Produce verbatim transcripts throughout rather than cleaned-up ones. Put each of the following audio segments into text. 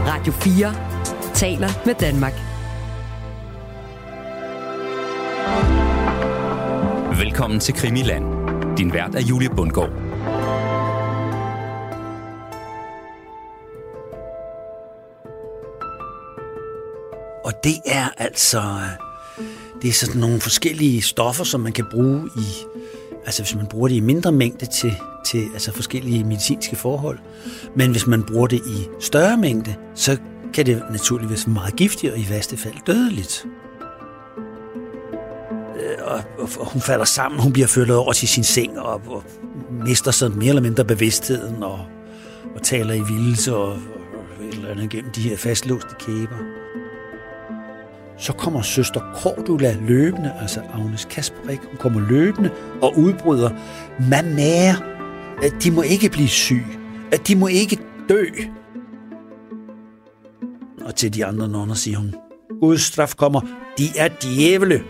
Radio fire taler med Danmark. Velkommen til Krimiland. Din vært er Julie Bundgaard. Og det er altså det er sådan nogle forskellige stoffer, som man kan bruge i, altså hvis man bruger det i mindre mængde til, til altså forskellige medicinske forhold. Men hvis man bruger det i større mængde, så kan det naturligvis være meget giftigt og i værste fald dødeligt. Og, og, og hun falder sammen, hun bliver ført over til sin seng og, og mister sådan mere eller mindre bevidstheden og, og taler i vildelse og, og et eller andet gennem de her fastlåste kæber. Så kommer søster Cordula løbende, altså Agnes Kasperik, hun kommer løbende og udbryder: Mamma, de må ikke blive syge, de må ikke dø. Og til de andre nonner siger hun: Guds straf kommer, de er djævle.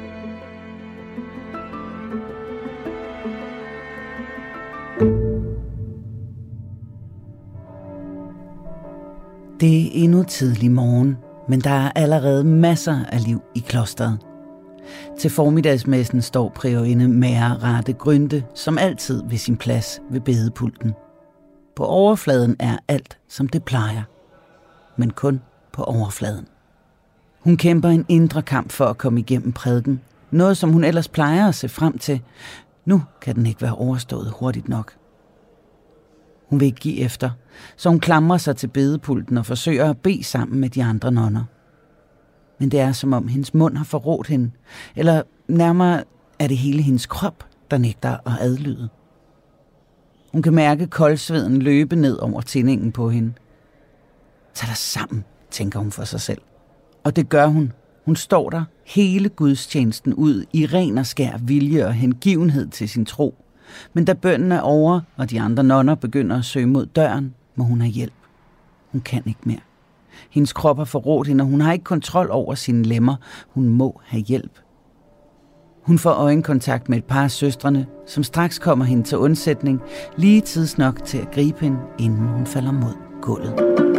Det er endnu tidlig morgen, men der er allerede masser af liv i klosteret. Til formiddagsmessen står priorinde Mære Rate Grønte som altid ved sin plads ved bedepulten. På overfladen er alt, som det plejer. Men kun på overfladen. Hun kæmper en indre kamp for at komme igennem prædiken. Noget, som hun ellers plejer at se frem til. Nu kan den ikke være overstået hurtigt nok. Hun vil ikke give efter, så hun klamrer sig til bedepulten og forsøger at bede sammen med de andre nonner. Men det er som om hendes mund har forrådt hende, eller nærmere er det hele hendes krop, der nægter at adlyde. Hun kan mærke koldsveden løbe ned over tindingen på hende. Tag dig sammen, tænker hun for sig selv. Og det gør hun. Hun står der hele gudstjenesten ud i ren og skær vilje og hengivenhed til sin tro. Men da bønnen er over, og de andre nonner begynder at søge mod døren, må hun have hjælp. Hun kan ikke mere. Hendes krop er forrådt hende, og hun har ikke kontrol over sine lemmer. Hun må have hjælp. Hun får øjenkontakt med et par af søstrene, som straks kommer hende til undsætning, lige tids nok til at gribe hende, inden hun falder mod gulvet.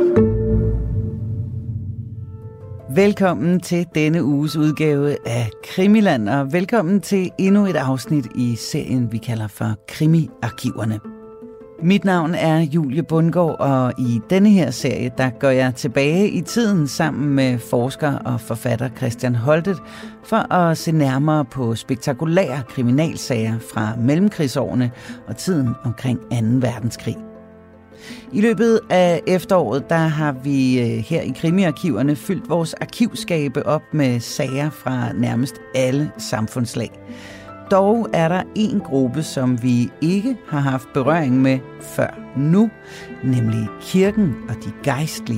Velkommen til denne uges udgave af Krimiland, og velkommen til endnu et afsnit i serien, vi kalder for Krimiarkiverne. Mit navn er Julie Bundgaard, og i denne her serie, der går jeg tilbage i tiden sammen med forsker og forfatter Christian Holtet for at se nærmere på spektakulære kriminalsager fra mellemkrigsårene og tiden omkring anden verdenskrig. I løbet af efteråret, der har vi her i Krimiarkiverne fyldt vores arkivskabe op med sager fra nærmest alle samfundslag. Dog er der en gruppe, som vi ikke har haft berøring med før nu, nemlig kirken og de gejstlige.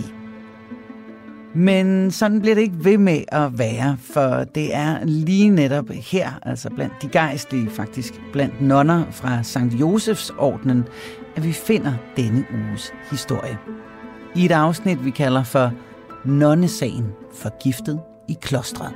Men sådan bliver det ikke ved med at være, for det er lige netop her, altså blandt de gejstlige, faktisk blandt nonner fra Sankt Josefs ordenen, at vi finder denne uges historie. I et afsnit, vi kalder for Nonnesagen forgiftet i klostret.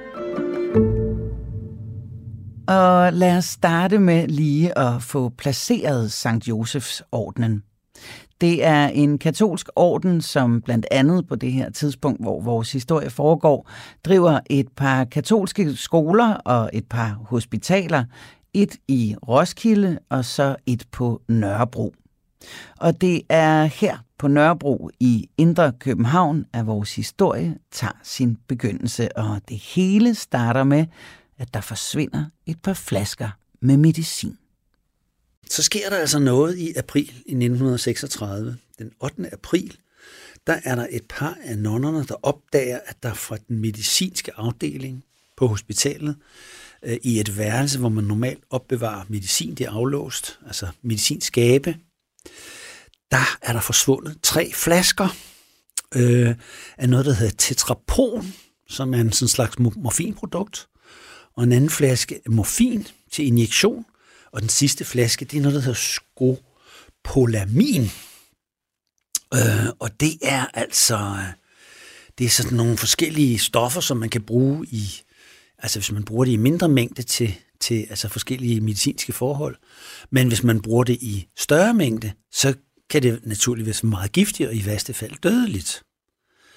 Og lad os starte med lige at få placeret Sankt Josefs ordenen. Det er en katolsk orden, som blandt andet på det her tidspunkt, hvor vores historie foregår, driver et par katolske skoler og et par hospitaler. Et i Roskilde og så et på Nørrebro. Og det er her på Nørrebro i Indre København, at vores historie tager sin begyndelse. Og det hele starter med, at der forsvinder et par flasker med medicin. Så sker der altså noget i april i nitten seksogtredive. Den ottende april, der er der et par af nonnerne, der opdager, at der fra den medicinske afdeling på hospitalet, øh, i et værelse, hvor man normalt opbevarer medicin, det er aflåst, altså medicinskabe, der er der forsvundet tre flasker øh, af noget, der hedder tetrapon, som er en sådan slags morfinprodukt, og en anden flaske morfin til injektion, og den sidste flaske, det er noget, der hedder skopolamin. Øh, og det er altså, det er sådan nogle forskellige stoffer, som man kan bruge i, altså hvis man bruger det i mindre mængde til, til altså forskellige medicinske forhold. Men hvis man bruger det i større mængde, så kan det naturligvis være meget giftigt og i værste fald dødeligt.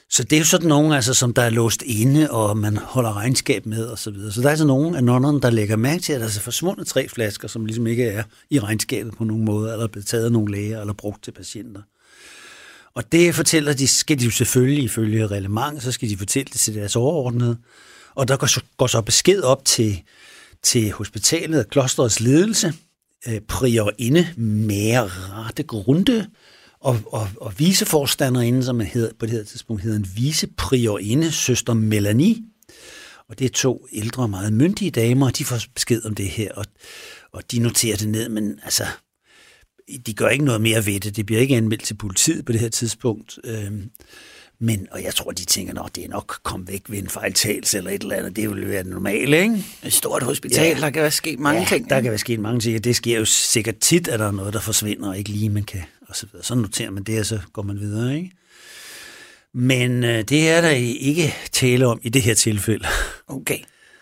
Så det er jo sådan nogen, altså, som der er låst inde, og man holder regnskab med, og så videre. Så der er altså nogen af nonnerne, der lægger mærke til, at der er forsvundet tre flasker, som ligesom ikke er i regnskabet på nogen måde, eller er blevet taget af nogle læger, eller brugt til patienter. Og det fortæller de, skal de jo selvfølgelig ifølge reglement, så skal de fortælle det til deres overordnede. Og der går så, går så besked op til, til hospitalet og klosterets ledelse, øh, priorinde Mærate Grunde, og, og, og viceforstanderinde, som man hedder, på det her tidspunkt hedder en vicepriorinde, søster Melanie. Og det er to ældre, meget myndige damer, og de får besked om det her, og, og de noterer det ned, men altså, de gør ikke noget mere ved det. Det bliver ikke anmeldt til politiet på det her tidspunkt. Øhm, men, og jeg tror, de tænker, at det er nok kommet væk ved en fejltagelse eller et eller andet. Det vil være normalt, ikke? Et stort hospital, ja. Der kan være sket mange ja, ting. der kan være sket mange ting. Det sker jo sikkert tit, at der er noget, der forsvinder, og ikke lige man kan, og så videre. Så noterer man det, og så går man videre, ikke? Men øh, det er der ikke tale om i det her tilfælde. Okay.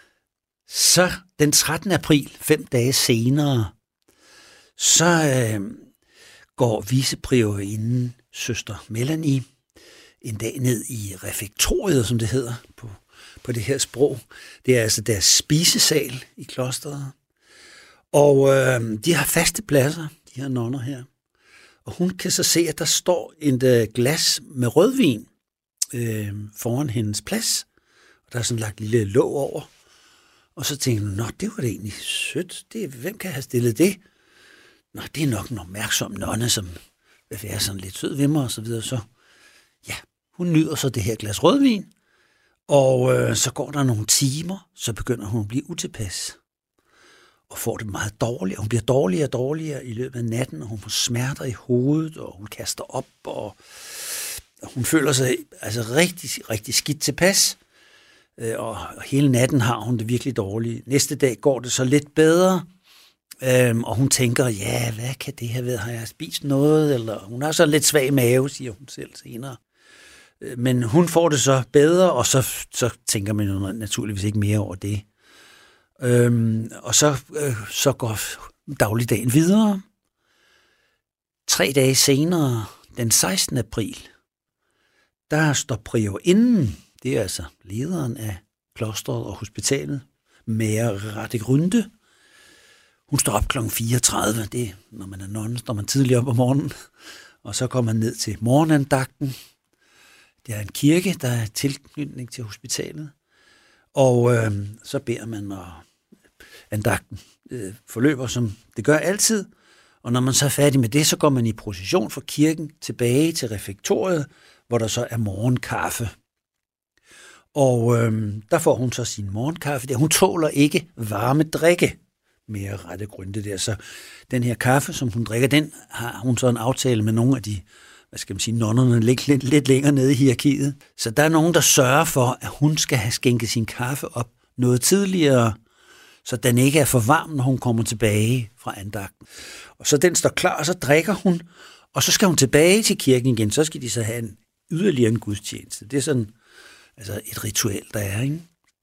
Så den trettende april, fem dage senere, så øh, går vicepriorinden søster Melanie en dag ned i refektoriet, som det hedder på, på det her sprog. Det er altså deres spisesal i klosteret. Og øh, de har faste pladser, de her nonner her. Og hun kan så se, at der står et øh, glas med rødvin øh, foran hendes plads. Og der er sådan lagt lille låg over. Og så tænker hun, nå, det var da egentlig sødt. Det, hvem kan have stillet det? Nå, det er nok en opmærksom nonne, som vil være sådan lidt sød ved mig, og så videre. Så ja, hun nyder så det her glas rødvin, og øh, så går der nogle timer, så begynder hun at blive utilpas, og får det meget dårligt. Hun bliver dårligere og dårligere i løbet af natten, og hun får smerter i hovedet, og hun kaster op, og, og hun føler sig altså rigtig, rigtig skidt tilpas, øh, og, og hele natten har hun det virkelig dårligt. Næste dag går det så lidt bedre, Øhm, og hun tænker, ja, hvad kan det her ved? Har jeg spist noget? Eller hun har så lidt svag mave, siger hun selv senere. Øh, men hun får det så bedre, og så, så tænker man jo naturligvis ikke mere over det. Øhm, og så, øh, så går dagligdagen videre. Tre dage senere, den sekstende april, der står priorinden, det er altså lederen af klosteret og hospitalet, Mærate Grunde. Hun står op klokken fireogtredive, det er, når man er nonne, står man tidligt op om morgenen, og så går man ned til morgenandagten. Det er en kirke, der er tilknytning til hospitalet, og øh, så beder man, og andagten øh, forløber, som det gør altid, og når man så er færdig med det, så går man i procession fra kirken tilbage til refektoriet, hvor der så er morgenkaffe. Og øh, der får hun så sin morgenkaffe. Hun tåler ikke varme drikke. Mærate Grunde der. Så den her kaffe, som hun drikker, den har hun så en aftale med nogle af de, hvad skal man sige, nonnerne lidt, lidt, lidt længere nede i hierarkiet. Så der er nogen, der sørger for, at hun skal have skænket sin kaffe op noget tidligere, så den ikke er for varm, når hun kommer tilbage fra andagten. Og så den står klar, og så drikker hun, og så skal hun tilbage til kirken igen. Så skal de så have en yderligere en gudstjeneste. Det er sådan altså et ritual, der er, ikke?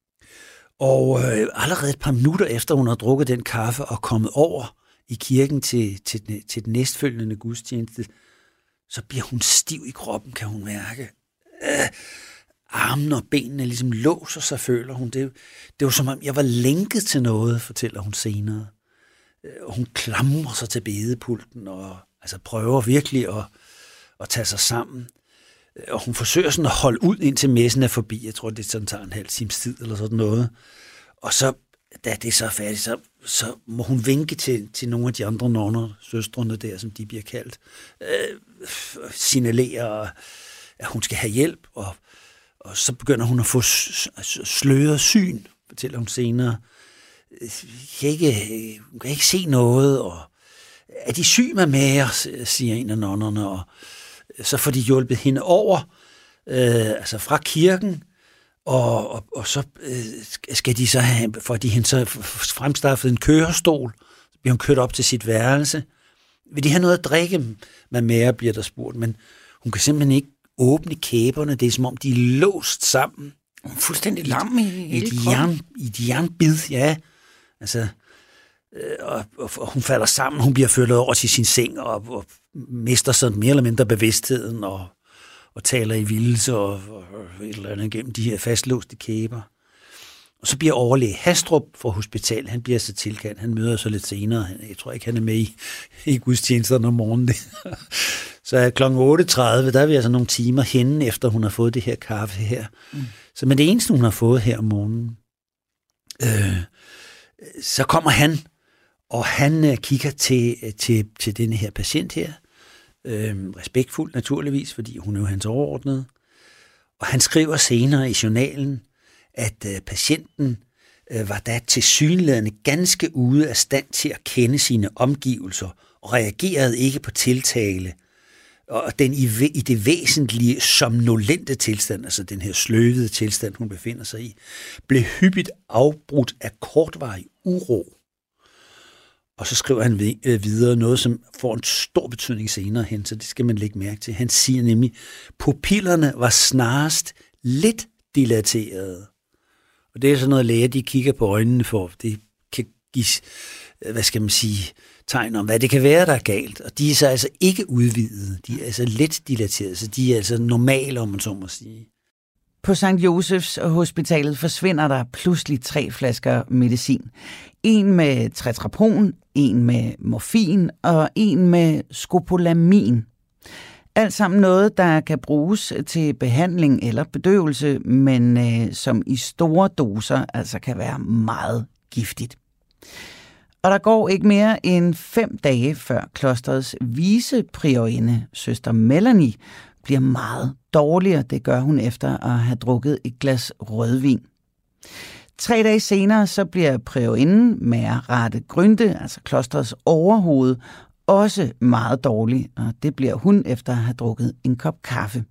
Og øh, allerede et par minutter efter, hun har drukket den kaffe og kommet over i kirken til, til, til den næstfølgende gudstjeneste, så bliver hun stiv i kroppen, kan hun mærke. Øh, armene og benene ligesom låser sig, føler hun. Det, det var som om, jeg var lænket til noget, fortæller hun senere. Øh, hun klamrer sig til bedepulten og altså, prøver virkelig at, at tage sig sammen. Og hun forsøger sådan at holde ud, indtil messen er forbi. Jeg tror, det sådan tager en halv times tid eller sådan noget. Og så, da det så er færdigt, så, så må hun vinke til, til nogle af de andre nonner, søstrene der, som de bliver kaldt, øh, signalerer, at hun skal have hjælp. Og, og så begynder hun at få sløret syn, fortæller hun senere. Kan ikke, hun kan ikke se noget, og er de syg med mager, siger en af nonnerne, og så får de hjulpet hende over, øh, altså fra kirken, og, og, og så øh, skal de så have, for de hende så fremstaffet en kørestol, så bliver hun kørt op til sit værelse. Vil de have noget at drikke? Med mere bliver der spurgt, men hun kan simpelthen ikke åbne kæberne. Det er som om, de er låst sammen. Fuldstændig lam i, i, i, et jern, i et jernbid, ja. Altså, øh, og, og, og hun falder sammen, hun bliver ført over til sin seng, og, og mister sådan mere eller mindre bevidstheden, og, og taler i vildelse og, og et eller andet gennem de her fastlåste kæber. Og så bliver overlæge Hastrup fra hospitalet, han bliver så tilkaldt, han møder så lidt senere, jeg tror ikke, han er med i, i gudstjenesterne om morgenen. Så klokken otte tredive, der er vi altså nogle timer henne, efter hun har fået det her kaffe her. Mm. Så men det eneste, hun har fået her om morgenen, øh, så kommer han, og han øh, kigger til, til, til denne her patient her, øh, respektfuldt naturligvis, fordi hun er jo hans overordnede. Og han skriver senere i journalen, at øh, patienten øh, var da tilsyneladende ganske ude af stand til at kende sine omgivelser, og reagerede ikke på tiltale. Og den i, i det væsentlige somnolente tilstand, altså den her sløvede tilstand, hun befinder sig i, blev hyppigt afbrudt af kortvarig uro. Og så skriver han videre noget, som får en stor betydning senere hen, så det skal man lægge mærke til. Han siger nemlig, pupillerne var snarest lidt dilaterede. Og det er sådan noget, læger de kigger på øjnene for. Det kan give, hvad skal man sige, tegn om, hvad det kan være, der er galt. Og de er så altså ikke udvidede. De er altså let dilaterede, så de er altså normale, om man så må sige. På Sankt Josefs Hospitalet forsvinder der pludselig tre flasker medicin. En med tetrapron, en med morfin og en med skopolamin. Alt sammen noget, der kan bruges til behandling eller bedøvelse, men øh, som i store doser altså kan være meget giftigt. Og der går ikke mere end fem dage, før klosterets vicepriorinde, søster Melanie, bliver meget dårligere. Det gør hun efter at have drukket et glas rødvin. Tre dage senere så bliver priorinden, Merete Gründe, altså klosterets overhoved, også meget dårlig, og det bliver hun efter at have drukket en kop kaffe.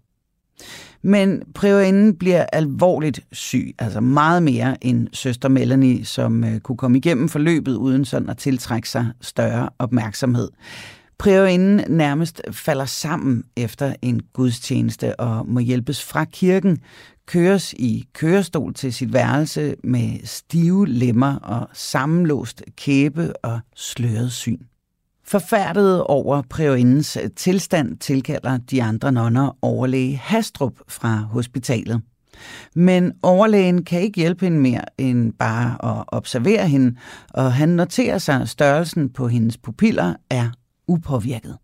Men priorinden bliver alvorligt syg, altså meget mere end søster Melanie, som øh, kunne komme igennem forløbet uden sådan at tiltrække sig større opmærksomhed. Priorinden nærmest falder sammen efter en gudstjeneste og må hjælpes fra kirken, køres i kørestol til sit værelse med stive lemmer og sammenlåst kæbe og sløret syn. Forfærdet over priorindens tilstand tilkalder de andre nonner overlæge Hastrup fra hospitalet. Men overlægen kan ikke hjælpe hende mere end bare at observere hende, og han noterer sig, at størrelsen på hendes pupiller er upåvirket.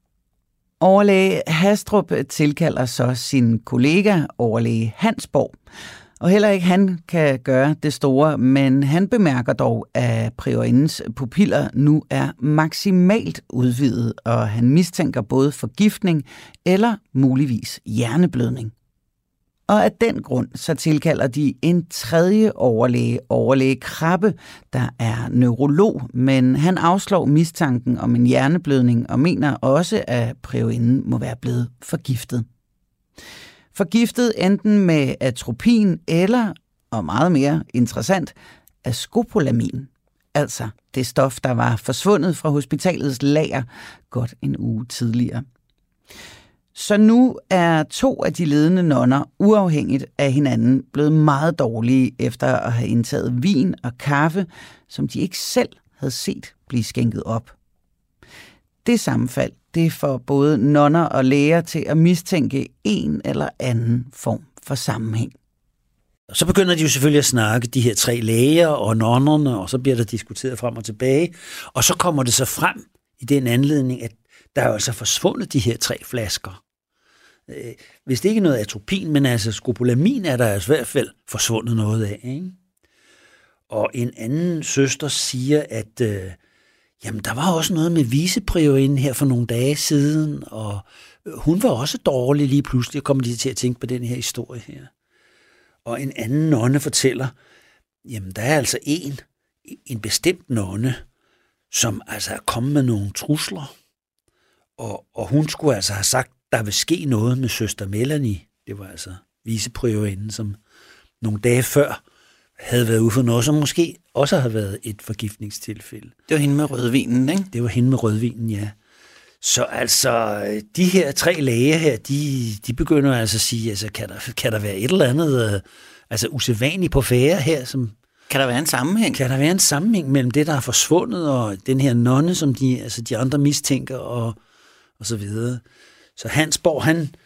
Overlæge Hastrup tilkalder så sin kollega, overlæge Hansborg, og heller ikke han kan gøre det store, men han bemærker dog, at priorindens pupiller nu er maksimalt udvidet, og han mistænker både forgiftning eller muligvis hjerneblødning. Og af den grund så tilkalder de en tredje overlæge, overlæge Krabbe, der er neurolog, men han afslår mistanken om en hjerneblødning og mener også, at priorinden må være blevet forgiftet. Forgiftet enten med atropin eller, og meget mere interessant, af skopolamin, altså det stof, der var forsvundet fra hospitalets lager godt en uge tidligere. Så nu er to af de ledende nonner uafhængigt af hinanden blevet meget dårlige efter at have indtaget vin og kaffe, som de ikke selv havde set blive skænket op. Det sammenfald, det får både nonner og læger til at mistænke en eller anden form for sammenhæng. Så begynder de jo selvfølgelig at snakke, de her tre læger og nonnerne, og så bliver der diskuteret frem og tilbage. Og så kommer det så frem i den anledning, at der er jo altså forsvundet de her tre flasker. Hvis det ikke er noget atropin, men altså skopolamin er der altså i hvert fald forsvundet noget af. Ikke? Og en anden søster siger, at øh, jamen, der var også noget med vicepriorinden her for nogle dage siden, og hun var også dårlig lige pludselig, og kommer de til at tænke på den her historie her. Og en anden nonne fortæller, jamen der er altså en, en bestemt nonne, som altså er kommet med nogle trusler, og, og hun skulle altså have sagt, der vil ske noget med søster Melanie. Det var altså vicepriorinden, som nogle dage før havde været ude for noget, som måske også havde været et forgiftningstilfælde. Det var hende med rødvinen, ikke? Det var hende med rødvinen, ja. Så altså, de her tre læger her, de, de begynder altså at sige, altså, kan der, kan der være et eller andet uh, altså usædvanligt på færre her? Som, kan der være en sammenhæng? Kan der være en sammenhæng mellem det, der er forsvundet, og den her nonne, som de, altså, de andre mistænker, og, og så videre. Så Hansborg, han,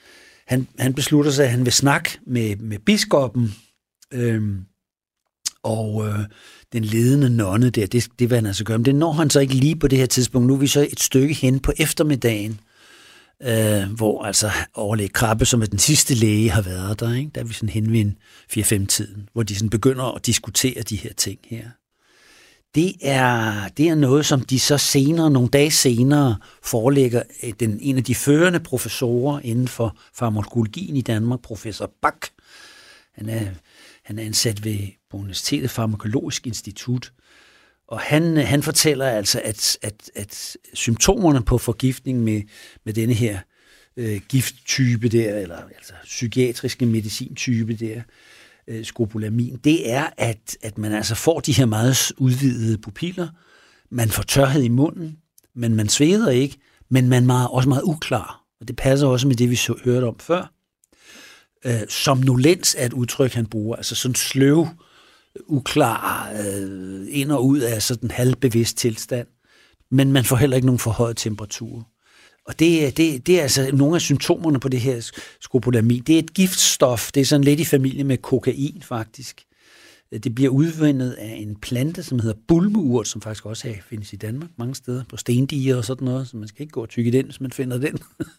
han, han beslutter sig, at han vil snakke med, med biskoppen, øh, og øh, den ledende nonne der, det, det vil han altså gøre. Men det når han så ikke lige på det her tidspunkt. Nu er vi så et stykke hen på eftermiddagen, øh, hvor altså overlæge Krabbe, som er den sidste læge, har været der. Ikke? Der er vi sådan hen ved en fire fem tiden, hvor de sådan begynder at diskutere de her ting her. Det er, det er noget, som de så senere, nogle dage senere, forelægger den, en af de førende professorer inden for farmakologien i Danmark, professor Bach. Han er, han er ansat ved på Universitetet Farmakologisk Institut, og han, han fortæller altså, at, at, at symptomerne på forgiftning med, med denne her øh, gifttype der, eller altså psykiatriske medicintype der, øh, skopolamin, det er, at, at man altså får de her meget udvidede pupiller, man får tørhed i munden, men man sveder ikke, men man er også meget uklar, og det passer også med det, vi så, hørte om før. Øh, somnolens er et udtryk, han bruger, altså sådan sløv, uklar, øh, ind og ud af sådan en halvbevidst tilstand, men man får heller ikke nogen forhøjet temperatur. Og det, det, det er altså nogle af symptomerne på det her skopolamin. Det er et giftstof, det er sådan lidt i familie med kokain faktisk. Det bliver udvundet af en plante, som hedder bulmeurt, som faktisk også her findes i Danmark mange steder, på stendiger og sådan noget, så man skal ikke gå og tykke den, hvis man finder den.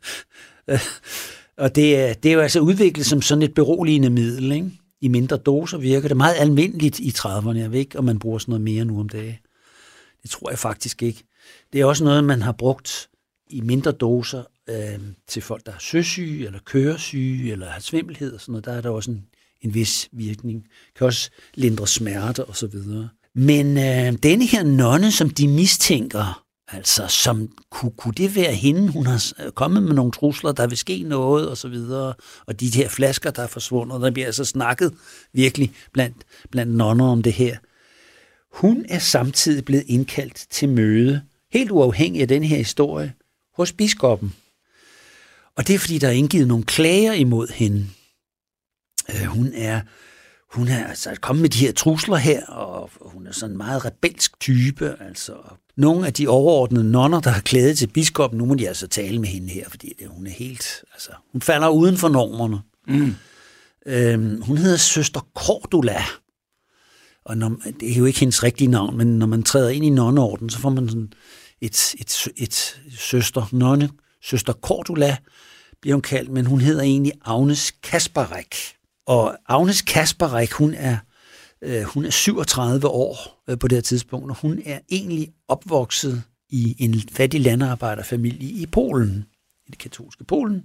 Og det er, det er jo altså udviklet som sådan et beroligende middel, ikke? I mindre doser virker det meget almindeligt i trediverne. Jeg ved ikke, om man bruger sådan noget mere nu om dagen. Det tror jeg faktisk ikke. Det er også noget, man har brugt i mindre doser øh, til folk, der er søsyge, eller køresyge, eller har svimmelhed og sådan noget. Der er der også en, en vis virkning. Kan også lindre smerter og så videre. Men øh, denne her nonne, som de mistænker, altså som kunne, kunne det være hende, hun har kommet med nogle trusler, der vil ske noget og så videre, og de her flasker, der er forsvundet, der bliver altså snakket virkelig blandt, blandt nonner om det her. Hun er samtidig blevet indkaldt til møde, helt uafhængig af den her historie, hos biskoppen. Og det er, fordi der er indgivet nogle klager imod hende. Øh, hun er Hun er altså kommet med de her trusler her, og hun er sådan en meget rebelsk type. Altså, nogle af de overordnede nonner, der har klædet til biskoppen, nu må de altså tale med hende her, fordi det, hun er helt, altså, hun falder uden for normerne. Mm. Øhm, hun hedder søster Cordula, og når, det er jo ikke hendes rigtige navn, men når man træder ind i nonneorden, så får man sådan et, et, et, et søster nonne, søster Cordula bliver hun kaldt, men hun hedder egentlig Agnes Kasparek. Og Agnes Kasparek, hun er, øh, hun er syvogtredive år øh, på det her tidspunkt, og hun er egentlig opvokset i en fattig landarbejderfamilie i Polen, i det katolske Polen.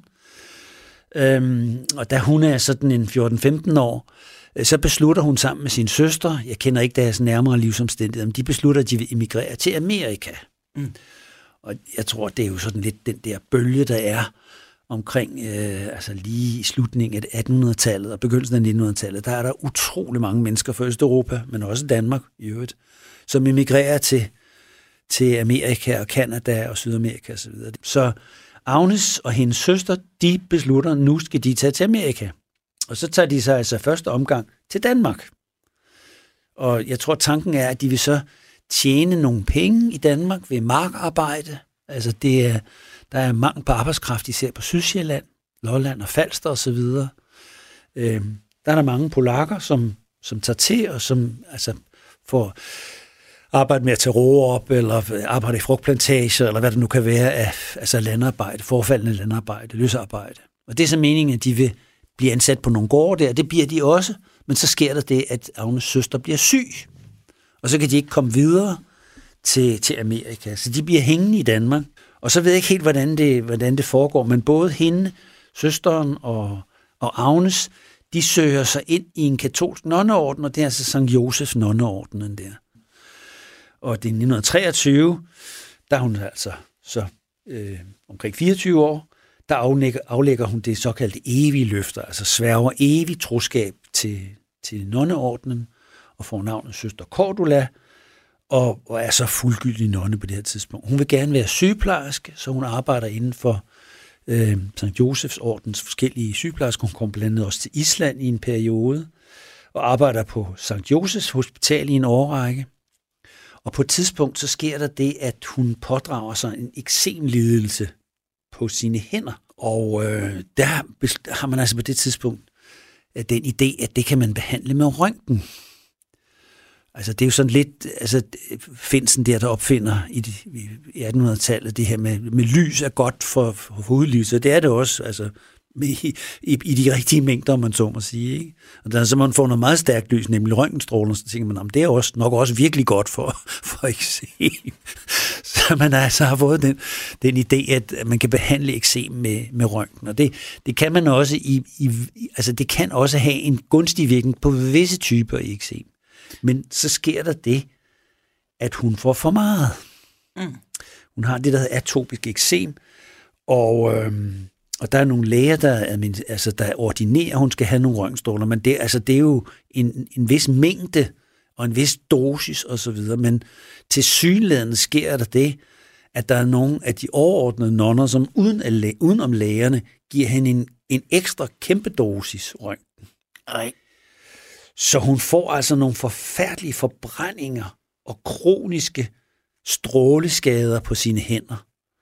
Øhm, og da hun er sådan en fjorten femten år, øh, så beslutter hun sammen med sin søster, jeg kender ikke deres nærmere livsomstændigheder, men de beslutter, at de vil emigrere til Amerika. Mm. Og jeg tror, det er jo sådan lidt den der bølge, der er omkring, øh, altså lige i slutningen af attenhundredetallet og begyndelsen af nittenhundredetallet, der er der utrolig mange mennesker fra Østeuropa, men også Danmark i øvrigt, som emigrerer til, til Amerika og Canada og Sydamerika osv. Så, så Agnes og hendes søster, de beslutter, at nu skal de tage til Amerika. Og så tager de sig altså første omgang til Danmark. Og jeg tror, tanken er, at de vil så tjene nogle penge i Danmark ved markarbejde. Altså det er Der er mangel på arbejdskraft, især på Sydsjælland, Lolland og Falster osv. Øh, der er der mange polakker, som, som tager til, og som altså, får arbejde med at tage roer op, eller arbejde i frugtplantager, eller hvad det nu kan være af altså landarbejde, forfaldende landarbejde, løsarbejde. Og det er så meningen, at de vil blive ansat på nogle gårde der, det bliver de også, men så sker der det, at Agnes søster bliver syg, og så kan de ikke komme videre til, til Amerika, så de bliver hængende i Danmark. Og så ved jeg ikke helt, hvordan det, hvordan det foregår, men både hende, søsteren og, og Agnes, de søger sig ind i en katolsk nonneorden, og det er altså Sankt Josefs nonneordenen der. Og det er nitten treogtyve, der er hun altså så øh, omkring fireogtyve år, der aflægger, aflægger hun det såkaldte evige løfter, altså sværger evigt troskab til, til nonneordenen, og får navnet søster Cordula, og, og er så fuldgyldig nonne på det her tidspunkt. Hun vil gerne være sygeplejerske, så hun arbejder inden for øh, Sankt Josefs ordens forskellige sygeplejersker. Hun kom blandt andet også til Island i en periode, og arbejder på Sankt Josefs hospital i en årrække. Og på et tidspunkt, så sker der det, at hun pådrager sig en eksemlidelse på sine hænder. Og øh, der har man altså på det tidspunkt den idé, at det kan man behandle med røntgen. Altså det er jo sådan lidt, altså Finsen der, der opfinder i, de, i attenhundredetallet det her med, med lys er godt for, for hudlys, og det er det også, altså i, i, i de rigtige mængder, man så må sige. Ikke? Og der er så man får noget meget stærkt lys, nemlig røntgenstråler, så tænker man, det er også, nok også virkelig godt for, for eksem. Så man altså har fået den, den idé, at man kan behandle eksem med, med røntgen, og det, det kan man også i, i, altså det kan også have en gunstig virkning på visse typer i eksem. Men så sker der det, at hun får for meget. Mm. Hun har det, der hedder atopisk eksem, og, øhm, og der er nogle læger, der, altså, der ordinerer, at hun skal have nogle røntgenstråler, men det, altså, det er jo en, en vis mængde og en vis dosis osv., men til synligheden sker der det, at der er nogle af de overordnede nonner, som uden, at, uden om lægerne giver hende en, en ekstra kæmpe dosis røntgen. Ej. Så hun får altså nogle forfærdelige forbrændinger og kroniske stråleskader på sine hænder.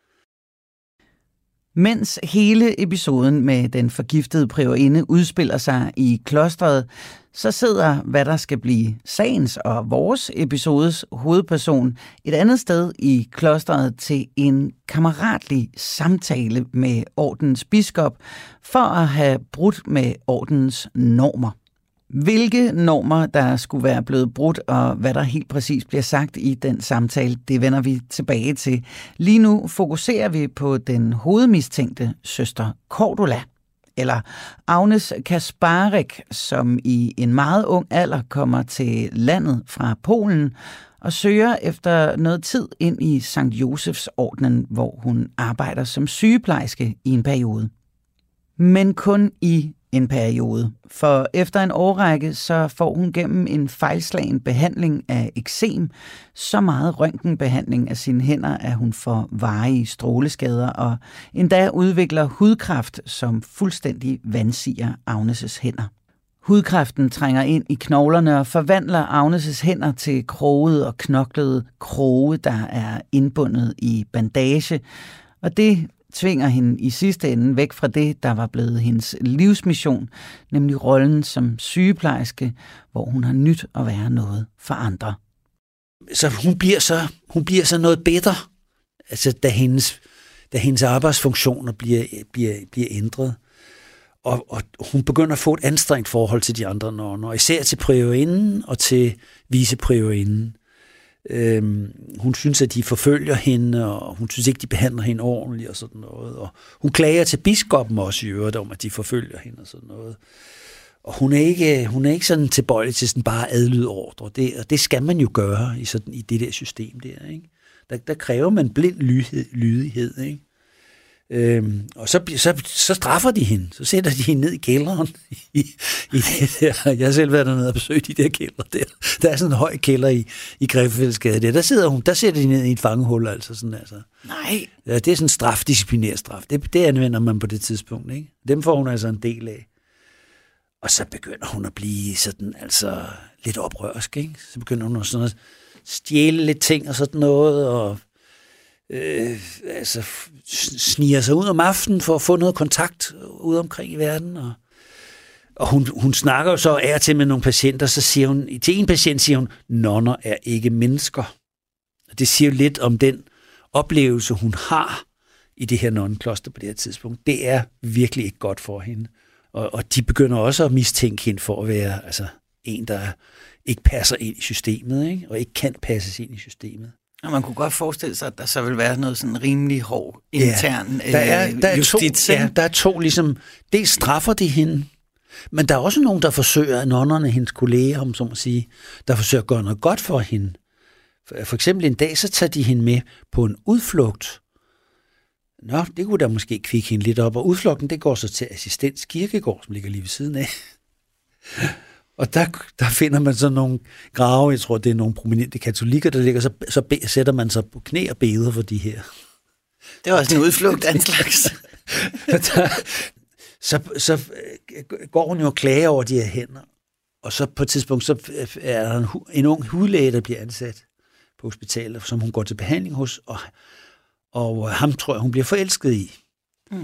Mens hele episoden med den forgiftede priorinde udspiller sig i klostret, så sidder, hvad der skal blive sagens og vores episodes hovedperson, et andet sted i klostret til en kammeratlig samtale med ordenens biskop for at have brudt med ordenens normer. Hvilke normer, der skulle være blevet brudt, og hvad der helt præcis bliver sagt i den samtale, det vender vi tilbage til. Lige nu fokuserer vi på den hovedmistænkte søster Cordula, eller Agnes Kasparek, som i en meget ung alder kommer til landet fra Polen og søger efter noget tid ind i Sankt Josefs ordenen, hvor hun arbejder som sygeplejerske i en periode. Men kun i en periode, for efter en årrække så får hun gennem en fejlslagen behandling af eksem så meget røntgenbehandling af sine hænder, at hun får varige stråleskader og endda udvikler hudkræft, som fuldstændig vandsiger Agnes' hænder. Hudkræften trænger ind i knoglerne og forvandler Agnes' hænder til krogede og knoklede kroge, der er indbundet i bandage, og det tvinger hende i sidste ende væk fra det, der var blevet hendes livsmission, nemlig rollen som sygeplejerske, hvor hun har nyt at være noget for andre. Så hun bliver så, hun bliver så noget bedre, altså da hendes, da hendes arbejdsfunktioner bliver, bliver, bliver ændret. Og, og hun begynder at få et anstrengt forhold til de andre nonner, især til priorinden og til vicepriorinden. Øhm, hun synes, at de forfølger hende, og hun synes ikke, de behandler hende ordentligt og sådan noget. Og hun klager til biskoppen også i øvrigt om, at de forfølger hende og sådan noget. Og hun er ikke, hun er ikke sådan tilbøjelig til sådan bare at adlyde ordre. Det, og det skal man jo gøre i, sådan, i det der system der, ikke? Der, der kræver man blind lydighed, lydighed ikke? Øhm, og så, så, så straffer de hende. Så sætter de hende ned i kælderen. I, i det der. Jeg har selv været dernede og besøgt de der kælder der. Der er sådan en høj kælder i, i Grevefældsgade der. Der sidder hun, der sætter de ned i et fangehul. Altså sådan, altså. Nej. Ja, det er sådan en straf, disciplinær straf. Det, det anvender man på det tidspunkt. Ikke? Dem får hun altså en del af. Og så begynder hun at blive sådan, altså lidt oprørsk. Ikke? Så begynder hun sådan at stjæle lidt ting og sådan noget, og Øh, altså sniger sig ud om aftenen for at få noget kontakt ude omkring i verden, og, og hun, hun snakker jo så af til med nogle patienter, så siger hun, til en patient siger hun, nonner er ikke mennesker. Det siger jo lidt om den oplevelse, hun har i det her nonnekloster på det her tidspunkt. Det er virkelig ikke godt for hende, og, og de begynder også at mistænke hende for at være altså, en, der ikke passer ind i systemet, ikke? Og ikke kan passes ind i systemet. Og man kunne godt forestille sig, at der så vil være noget sådan rimelig hård intern ja, der er, der er justits. To, ja, der er to ligesom, det straffer de hende, men der er også nogen, der forsøger, nonnerne, hendes kolleger, om så må sige, der forsøger at gøre noget godt for hende. For, for eksempel en dag, så tager de hende med på en udflugt. Nå, det kunne da måske kvikke hende lidt op, og udflugten, det går så til Assistens Kirkegård, som ligger lige ved siden af. Og der, der finder man så nogle grave, jeg tror, det er nogle prominente katolikker, der ligger, så, så be, sætter man sig på knæ og beder for de her. Det var også en udflugt af en slags. der, så, så går hun jo og klager over de her hænder, og så på et tidspunkt, så er der en, en ung hudlæge, der bliver ansat på hospitalet, som hun går til behandling hos, og, og ham tror jeg, hun bliver forelsket i. Mm.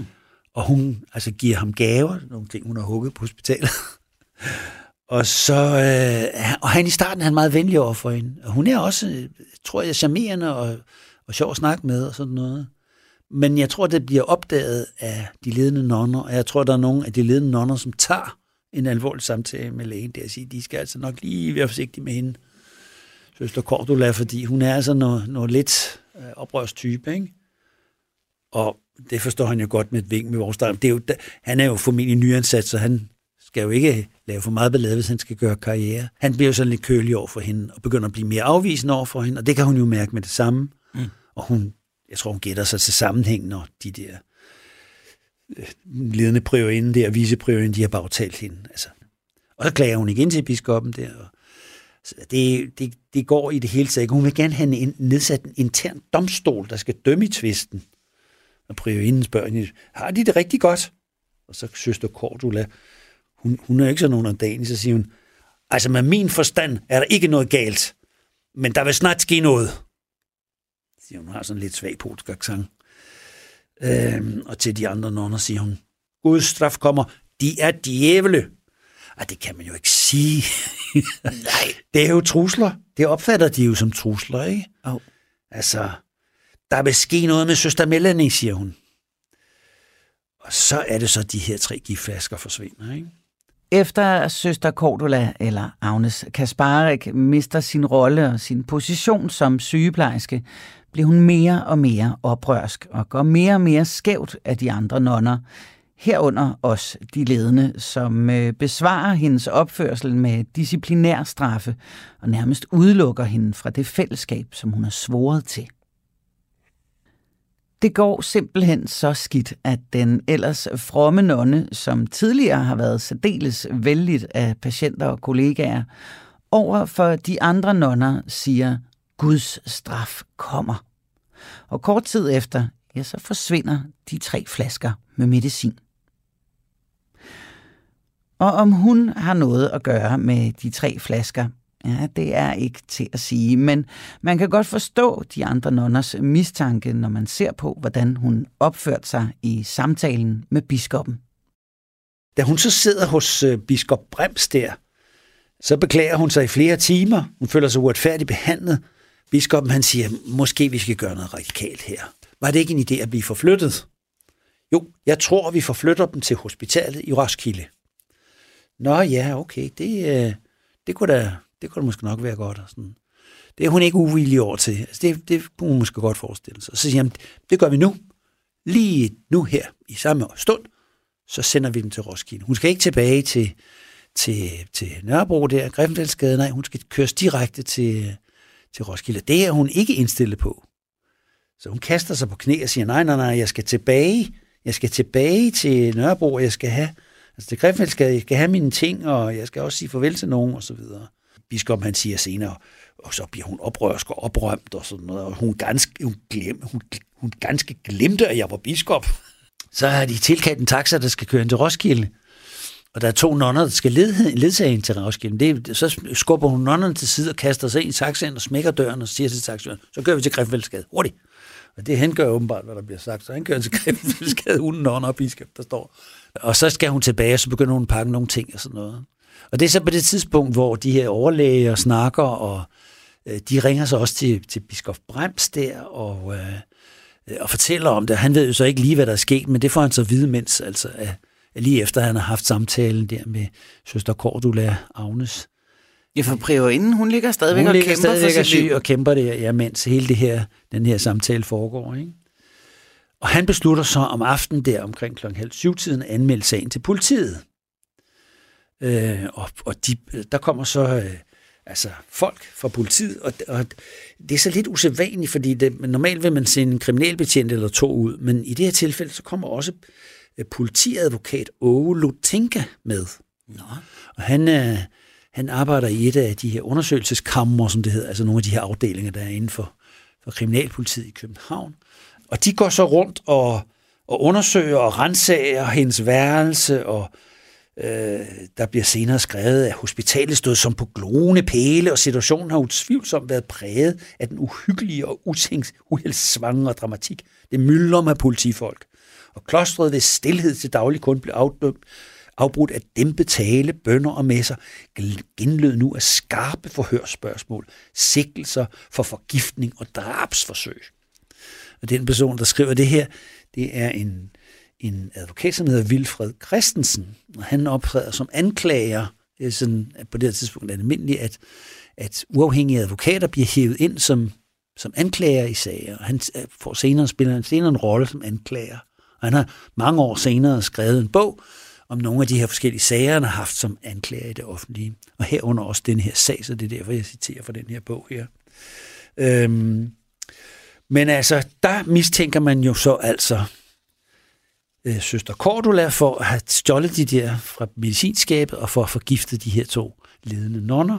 Og hun altså giver ham gaver, nogle ting, hun har hugget på hospitalet. Og så, øh, og han i starten er han meget venlig over for hende. Og hun er også, tror jeg, charmerende og, og sjov at snakke med og sådan noget. Men jeg tror, det bliver opdaget af de ledende nonner, og jeg tror, der er nogle af de ledende nonner, som tager en alvorlig samtale med lægen, der siger, de skal altså nok lige være forsigtige med hende, søster Cordula, fordi hun er altså noget, noget lidt øh, oprørstype, ikke? Og det forstår han jo godt med et vink med vores dreng. Det er jo, han er jo formentlig nyansat, så han skal jo ikke lave for meget ballade, hvis han skal gøre karriere. Han bliver jo sådan lidt kølig over for hende, og begynder at blive mere afvisende over for hende, og det kan hun jo mærke med det samme. Mm. Og hun, jeg tror, hun gætter sig til sammenhæng, når de der øh, ledende priorinde der, vicepriorinde, de har bagtalt hende. Altså. Og så klager hun igen til biskoppen der, og det, det, det går i det hele taget. Hun vil gerne have en, nedsat en intern domstol, der skal dømme i tvisten. Og priorinden spørger hende, har de det rigtig godt? Og så søster Cordula, hun, hun er ikke så nogen af dagen, så siger hun, altså med min forstand er der ikke noget galt, men der vil snart ske noget. Så siger hun, hun har sådan lidt svag polsk accent. Øhm, og til de andre nonner siger hun, Guds straf kommer, de er djævle. Ej, det kan man jo ikke sige. Nej, det er jo trusler. Det opfatter de jo som trusler, ikke? Oh. Altså, der vil ske noget med søster Melanie, siger hun. Og så er det så, de her tre giftflasker forsvinder, ikke? Efter søster Cordula, eller Agnes Kasparek, mister sin rolle og sin position som sygeplejerske, bliver hun mere og mere oprørsk og går mere og mere skævt af de andre nonner. Herunder også de ledende, som besvarer hendes opførsel med disciplinær straffe og nærmest udelukker hende fra det fællesskab, som hun har svoret til. Det går simpelthen så skidt, at den ellers fromme nonne, som tidligere har været særdeles vældigt af patienter og kollegaer, over for de andre nonner siger, Guds straf kommer. Og kort tid efter, ja, så forsvinder de tre flasker med medicin. Og om hun har noget at gøre med de tre flasker, ja, det er ikke til at sige, men man kan godt forstå de andre nonners mistanke, når man ser på, hvordan hun opførte sig i samtalen med biskoppen. Da hun så sidder hos øh, biskop Brems der, så beklager hun sig i flere timer. Hun føler sig uretfærdigt behandlet. Biskoppen han siger, måske vi skal gøre noget radikalt her. Var det ikke en idé at blive forflyttet? Jo, jeg tror, vi forflytter dem til hospitalet i Roskilde. Nå ja, okay, det, øh, det, kunne da, det kunne da måske nok være godt. Og sådan. Det er hun ikke uvillig over til. Altså, det, det kunne hun måske godt forestille sig. Så siger han, det gør vi nu. Lige nu her, i samme stund, så sender vi dem til Roskilde. Hun skal ikke tilbage til, til, til Nørrebro der, Griffenfeldsgade. Nej, hun skal køres direkte til, til Roskilde. Det er hun ikke indstillet på. Så hun kaster sig på knæ og siger, nej, nej, nej, jeg skal tilbage. Jeg skal tilbage til Nørrebro, og jeg skal have, altså til Griffenfeldsgade, jeg skal have mine ting, og jeg skal også sige farvel til nogen, og så videre. Biskoppen, han siger senere, og så bliver hun oprørsk og oprømt, og sådan noget, og hun ganske, hun, glem, hun, hun ganske glemte, at jeg var biskop. Så har de tilkaldt en taxa, der skal køre ind til Roskilde, og der er to nonner, der skal lede, ledsage hende til Roskilde. Det, så skubber hun nonnerne til side og kaster sig ind i taxaen og smækker døren og siger til taxaen, så kører vi til Griffenfeldsgade. Hurtigt! Og det han gør åbenbart, hvad der bliver sagt. Så han kører til Griffenfeldsgade uden nonner og biskop, der står. Og så skal hun tilbage, og så begynder hun at pakke nogle ting og sådan noget. Og det er så på det tidspunkt, hvor de her overlæger snakker, og øh, de ringer så også til, til biskop Brems der, og, øh, og fortæller om det. Han ved jo så ikke lige, hvad der er sket, men det får han så vide, mens altså, at, at lige efter han har haft samtalen der med søster Cordula Agnes. Ja, for priorinden, hun ligger stadigvæk hun og ligger kæmper stadigvæk for sit liv. og kæmper det, ja, mens hele det her, den her samtale foregår. Ikke? Og han beslutter så om aftenen der omkring klokken halv syv-tiden at anmelde sagen til politiet. Øh, og og de, der kommer så øh, altså folk fra politiet, og, og det er så lidt usædvanligt, fordi det, normalt vil man sende en kriminalbetjent eller to ud, men i det her tilfælde, så kommer også øh, politiadvokat Åge Lutinka med. Nå. Og han, øh, han arbejder i et af de her undersøgelseskammer, som det hedder, altså nogle af de her afdelinger, der er inden for, for kriminalpolitiet i København. Og de går så rundt og, og undersøger og rensager hendes værelse, og øh, der bliver senere skrevet, at hospitalet stod som på glående pæle, og situationen har utvivlsomt været præget af den uhyggelige og uheldsvangre dramatik. Det myldrer med politifolk. og klostret ved stilhed til daglig kun blev afdømt, afbrudt af dæmpet tale, bønner og messer, genlød nu af skarpe forhørsspørgsmål, sigtelser for forgiftning og drabsforsøg. Og den person, der skriver det her, det er en, en advokat, som hedder Wilfred Christensen, og han optræder som anklager. Det er sådan, at på det her tidspunkt er det almindeligt, at, at uafhængige advokater bliver hævet ind som, som anklager i sager, og han får senere, spiller han senere en rolle som anklager. Og han har mange år senere skrevet en bog om nogle af de her forskellige sager, han har haft som anklager i det offentlige. Og herunder også den her sag, så det er derfor, jeg citerer fra den her bog her. Øhm, men altså, der mistænker man jo så altså øh, søster Cordula for at have stjålet de der fra medicinskabet og for at forgifte de her to ledende nonner.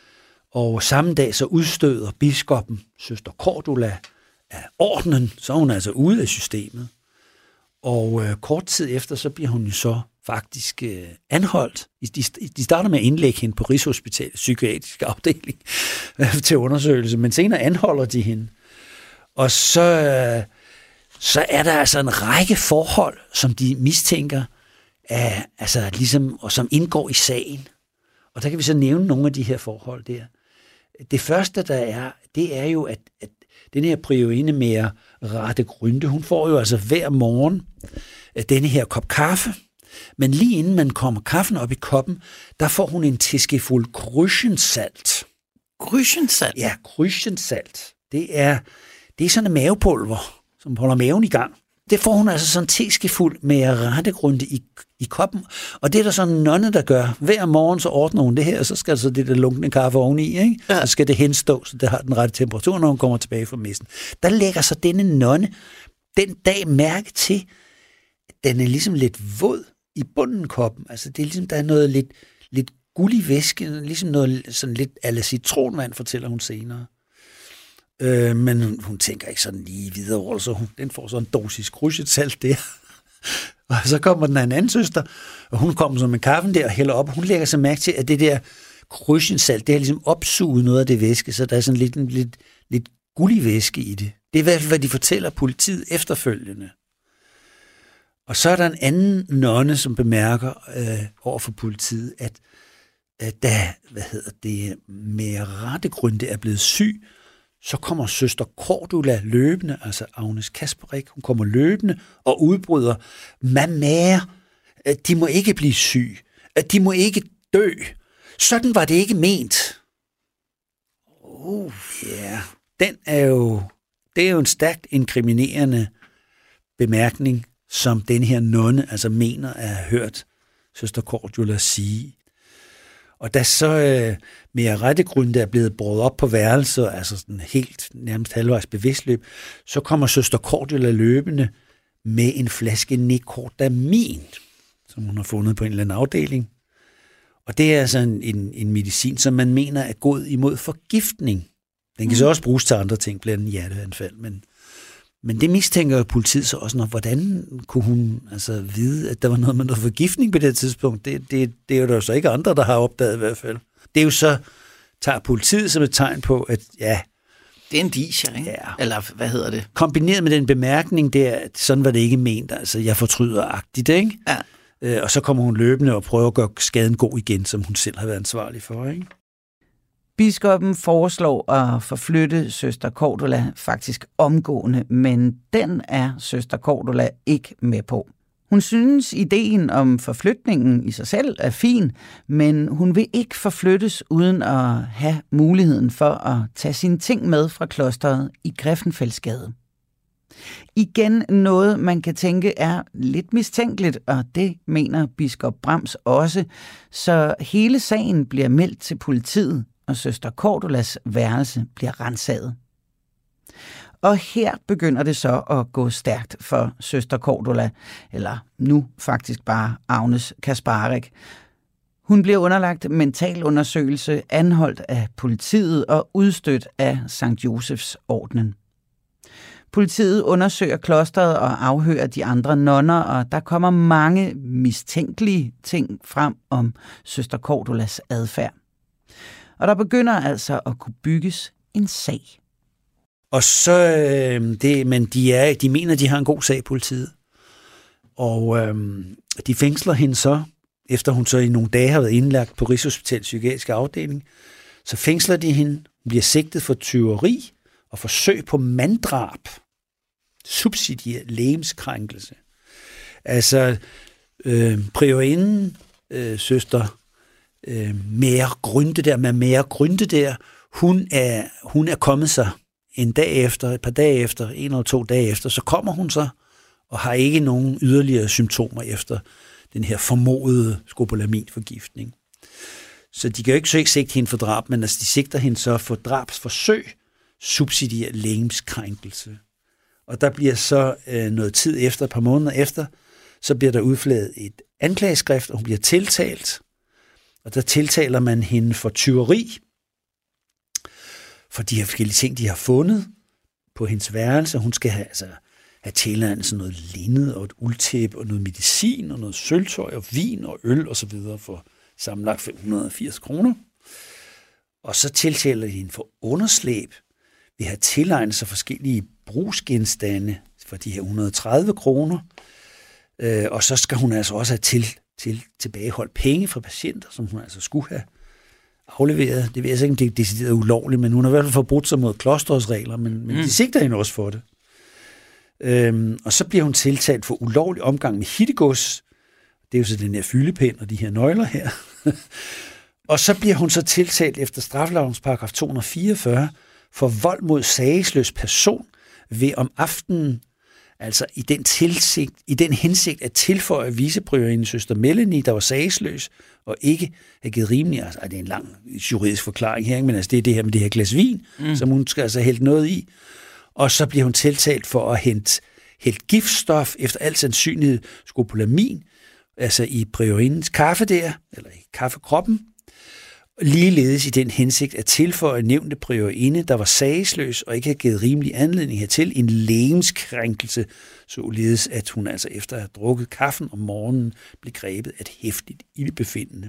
Og samme dag så udstøder biskoppen søster Cordula af ordenen, så er hun altså ude af systemet. Og øh, kort tid efter, så bliver hun jo så faktisk øh, anholdt. De, de starter med at indlægge hende på Rigshospitalets psykiatriske afdeling øh, til undersøgelse, men senere anholder de hende. Og så, øh, så er der altså en række forhold, som de mistænker, af, altså ligesom, og som indgår i sagen. Og der kan vi så nævne nogle af de her forhold der. Det første, der er, det er jo, at, at den her priorinde med Rate Gründe, hun får jo altså hver morgen denne her kop kaffe, men lige inden man kommer kaffen op i koppen, der får hun en teskefuld grysensalt. Grysensalt? Ja, grysensalt. Det er, det er sådan en mavepulver, som holder maven i gang. Det får hun altså sådan en teskefuld med Rate Gründe i, i koppen, og det er der sådan en nonne, der gør. Hver morgen så ordner hun det her, og så skal så det der lunkne kaffe oveni, ikke? Ja. Så skal det henstå, så det har den rette temperatur, når hun kommer tilbage fra messen. Der lægger så denne nonne den dag mærke til, at den er ligesom lidt våd i bunden koppen. Altså det er ligesom, der er noget lidt, lidt gullig væske, ligesom noget sådan lidt a la citronvand, fortæller hun senere. Øh, men hun, hun tænker ikke sådan lige videre over, så hun, den får sådan en dosis grysensalt der. Og så kommer den af en anden søster, og hun kommer så med kaffen der og hælder op, og hun lægger sig mærke til, at det der grysensalt, det har ligesom opsuget noget af det væske, så der er sådan lidt, lidt, lidt gullig væske i det. Det er i hvert fald, hvad de fortæller politiet efterfølgende. Og så er der en anden nonne, som bemærker øh, over for politiet, at, at da, hvad hedder det, med Rate Gründe er blevet syg, så kommer søster Cordula løbende, altså Agnes Kasperik, hun kommer løbende og udbryder, mamma, de må ikke blive syg, de må ikke dø. Sådan var det ikke ment. Oh, ja. Yeah. Den er jo, det er jo en stærkt inkriminerende bemærkning, som den her nonne altså mener at have hørt søster Cordula sige. Og da så øh, med Rate Gründe er blevet båret op på værelset, altså sådan helt nærmest halvvejs bevidstløb, så kommer søster Cordula løbende med en flaske Necordamin, som hun har fundet på en eller anden afdeling. Og det er altså en, en, en medicin, som man mener er god imod forgiftning. Den kan mm. så også bruges til andre ting, blandt andet hjerteanfald. Men, men det mistænker politiet så også, når hvordan kunne hun altså vide, at der var noget med noget forgiftning på det tidspunkt? Det, det, det er jo der så ikke andre, der har opdaget i hvert fald. Det er jo så, tager politiet som et tegn på, at ja... Det er en discher, ikke? Ja. Eller hvad hedder det? Kombineret med den bemærkning, det er, at sådan var det ikke ment, altså jeg fortryder-agtigt, ikke? Ja. Øh, og så kommer hun løbende og prøver at gøre skaden god igen, som hun selv har været ansvarlig for, ikke? Biskoppen foreslår at forflytte søster Cordula faktisk omgående, men den er søster Cordula ikke med på. Hun synes, ideen om forflytningen i sig selv er fin, men hun vil ikke forflyttes uden at have muligheden for at tage sine ting med fra klosteret i Griffenfeldsgade. Igen noget, man kan tænke er lidt mistænkeligt, og det mener biskop Brams også, så hele sagen bliver meldt til politiet, og søster Cordulas værelse bliver ransaget. Og her begynder det så at gå stærkt for søster Cordula, eller nu faktisk bare Agnes Kasparik. Hun bliver underlagt mentalundersøgelse, anholdt af politiet og udstødt af Sankt Josefs ordenen. Politiet undersøger klosteret og afhører de andre nonner, og der kommer mange mistænkelige ting frem om søster Cordulas adfærd. Og der begynder altså at kunne bygges en sag. Og så, øh, det, men de, er, de mener, de har en god sag, politiet. og øhm, de fængsler hende så, efter hun så i nogle dage har været indlagt på Rigshospitalets psykiatriske afdeling, så fængsler de hende, hun bliver sigtet for tyveri og forsøg på manddrab, subsidiær legemskrænkelse. Altså, øh, priorinden, øh, søster øh, mere grønte der, med mere grønte der, hun er, hun er kommet sig en dag efter, et par dage efter, en eller to dage efter, så kommer hun så, og har ikke nogen yderligere symptomer efter den her formodede skopolaminforgiftning. Så de kan jo ikke så ikke sigte hende for drab, men altså de sigter hende så for drabsforsøg, subsidiær legemskrænkelse. Og der bliver så øh, noget tid efter, et par måneder efter, så bliver der udflaget et anklageskrift, og hun bliver tiltalt. Og der tiltaler man hende for tyveri, for de her forskellige ting, de har fundet på hendes værelse. Hun skal have, altså, have tilegnet sådan noget linned og et uldtæppe og noget medicin og noget sølvtøj og vin og øl og så videre for sammenlagt fem hundrede og firs kroner. Og så tiltaler de hende for underslæb ved at have tilegnet sig forskellige brugsgenstande for de her et hundrede og tredive kroner. Øh, og så skal hun altså også have til, til tilbageholdt penge fra patienter, som hun altså skulle have afleveret. Det ved jeg ikke, om det er decideret ulovligt, men hun har i hvert fald forbrudt sig mod klosterets regler, men, men mm. de sigter hende også for det. Øhm, og så bliver hun tiltalt for ulovlig omgang med hittegods. Det er jo så den her fyldepind og de her nøgler her. Og så bliver hun så tiltalt efter straffelovens paragraf to hundrede og fireogfyrre for vold mod sagesløs person ved om aftenen, altså i den, tilsigt, i den hensigt at tilføje vicepriorindens søster Melanie, der var sagesløs, og ikke have givet rimelig, altså det er en lang juridisk forklaring her, men altså det er det her med det her glas vin, mm. som hun skal altså hælde noget i, og så bliver hun tiltalt for at hente hældt giftstof, efter al sandsynlighed skopolamin, altså i priorindens kaffe der, eller i kaffekroppen, ligeledes i den hensigt at tilføje nævnte priorinde, der var sagesløs og ikke havde givet rimelig anledning hertil, en legemskrænkelse, således at hun altså efter at have drukket kaffen om morgenen blev grebet af et heftigt ildbefindende.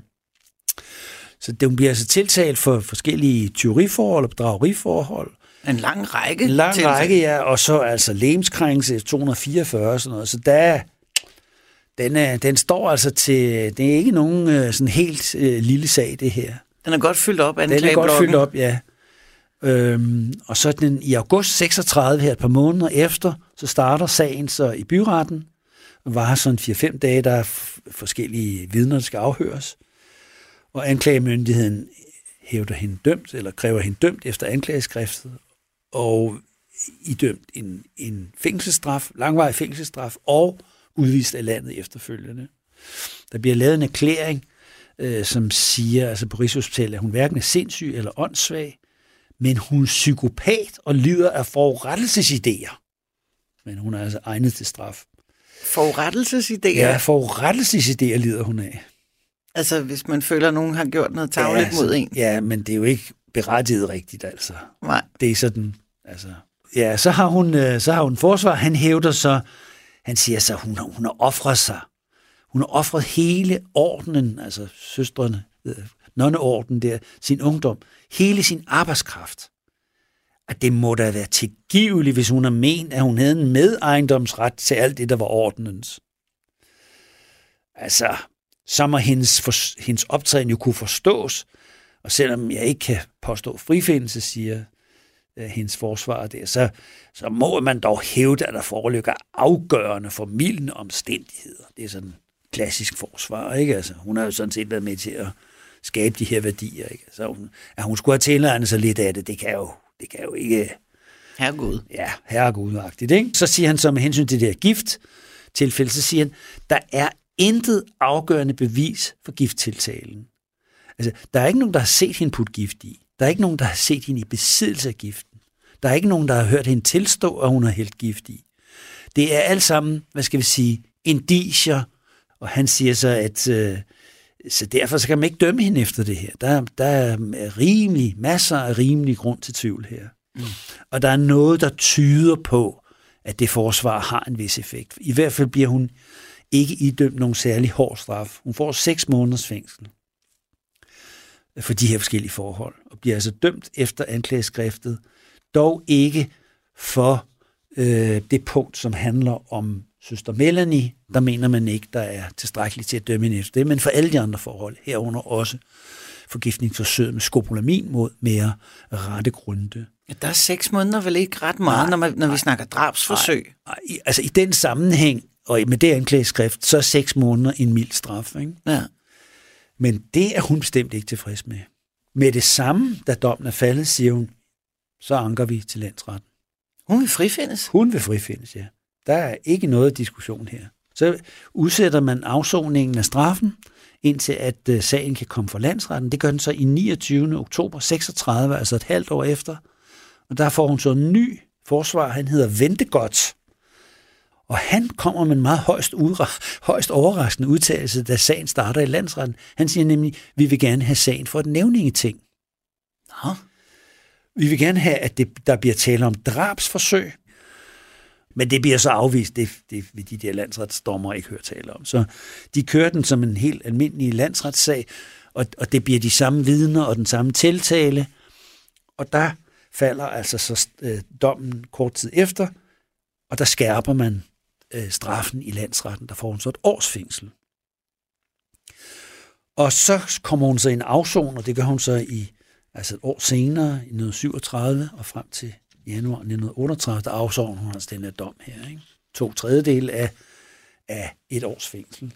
Så det bliver altså tiltalt for forskellige tyveriforhold og bedrageriforhold. En lang række. En lang tiltalt. række, ja, og så altså legemskrænkelse to hundrede og fireogfyrre og sådan noget. Så der den, er, den står altså til, det er ikke nogen sådan helt øh, lille sag, det her. Den er godt fyldt op, Den er godt fyldt op, ja. Øhm, og så den i august seksogtredive, her et par måneder efter, så starter sagen så i byretten. Det var sådan fire fem dage, der er f- forskellige vidner, der skal afhøres. Og anklagemyndigheden hævder hende dømt, eller kræver hende dømt efter anklageskriftet, og idømt en, en fængselsstraf, langvarig fængselsstraf, og udvist af landet efterfølgende. Der bliver lavet en erklæring, øh, som siger, altså på Rigshospitalet, at hun hverken er sindssyg eller åndssvag, men hun er psykopat og lider af forurettelsesidéer. Men hun er altså egnet til straf. Forurettelsesidéer? Ja, forurettelsesidéer lider hun af. Altså, hvis man føler, at nogen har gjort noget tarveligt ja, altså, mod en? Ja, men det er jo ikke berettiget rigtigt, altså. Nej. Det er sådan, altså. Ja, så har hun, så har hun forsvar. Han hævder så, han siger så, hun, hun har offret sig. Hun har offret hele ordenen, altså søstrene, nonneorden der, sin ungdom, hele sin arbejdskraft. At det må da være tilgiveligt, hvis hun har ment, at hun havde en medejendomsret til alt det, der var ordenens. Altså, så må hendes, for, hendes optræden jo kunne forstås, og selvom jeg ikke kan påstå frifindelse, siger uh, hendes forsvarer der, så, så må man dog hævde, at der foreligger afgørende formildende omstændigheder. Det er sådan klassisk forsvar, ikke? Altså, hun har jo sådan set været med til at skabe de her værdier, ikke? Så hun, at hun skulle have tilegnet sig lidt af det, det kan jo, det kan jo ikke... Herregud. Ja, herregudagtigt, ikke? Så siger han så med hensyn til det her gifttilfælde, så siger han, der er intet afgørende bevis for gifttiltalen. Altså, der er ikke nogen, der har set hende putte gift i. Der er ikke nogen, der har set hende i besiddelse af giften. Der er ikke nogen, der har hørt hende tilstå, at hun har hældt gift i. Det er alt sammen, hvad skal vi sige, indicier, og han siger så, at øh, så derfor så kan man ikke dømme hende efter det her. Der, der er rimelig, masser af rimelig grund til tvivl her. Mm. Og der er noget, der tyder på, at det forsvar har en vis effekt. I hvert fald bliver hun ikke idømt nogen særlig hård straf. Hun får seks måneders fængsel for de her forskellige forhold, og bliver altså dømt efter anklageskriftet, dog ikke for øh, det punkt, som handler om søster Melanie, der mener man ikke, der er tilstrækkeligt til at dømme hende efter det, men for alle de andre forhold, herunder også forgiftningsforsøget med skopolamin mod mere rette grunde. Ja, der er seks måneder vel ikke ret meget, nej, når, man, når vi snakker drabsforsøg? Nej, nej, altså i den sammenhæng, og med det anklageskrift, så er seks måneder en mild straf. Ikke? Ja. Men det er hun bestemt ikke tilfreds med. Med det samme, da dommen er faldet, siger hun, så anker vi til landsretten. Hun vil frifindes? Hun vil frifindes, ja. Der er ikke noget diskussion her. Så udsætter man afsoningen af straffen, indtil at uh, sagen kan komme for landsretten. Det gør den så i niogtyvende oktober seksogtredive, altså et halvt år efter. Og der får hun så en ny forsvar, han hedder Ventegodt. Og han kommer med en meget højst, udra- højst overraskende udtalelse, da sagen starter i landsretten. Han siger nemlig, vi vil gerne have sagen for et nævningeting. Nå. Vi vil gerne have, at det, der bliver tale om drabsforsøg. Men det bliver så afvist, det, det vil de der landsretsdommer ikke høre tale om. Så de kører den som en helt almindelig landsretssag, og, og det bliver de samme vidner og den samme tiltale. Og der falder altså så øh, dommen kort tid efter, og der skærper man øh, straffen i landsretten, der får hun så et års fængsel. Og så kommer hun så i en afson, og det gør hun så i altså et år senere, i nitten syvogtredive, og frem til januar nitten otteogtredive, der afsoner hun altså den her dom her. Ikke? To tredjedel af, af et års fængsel.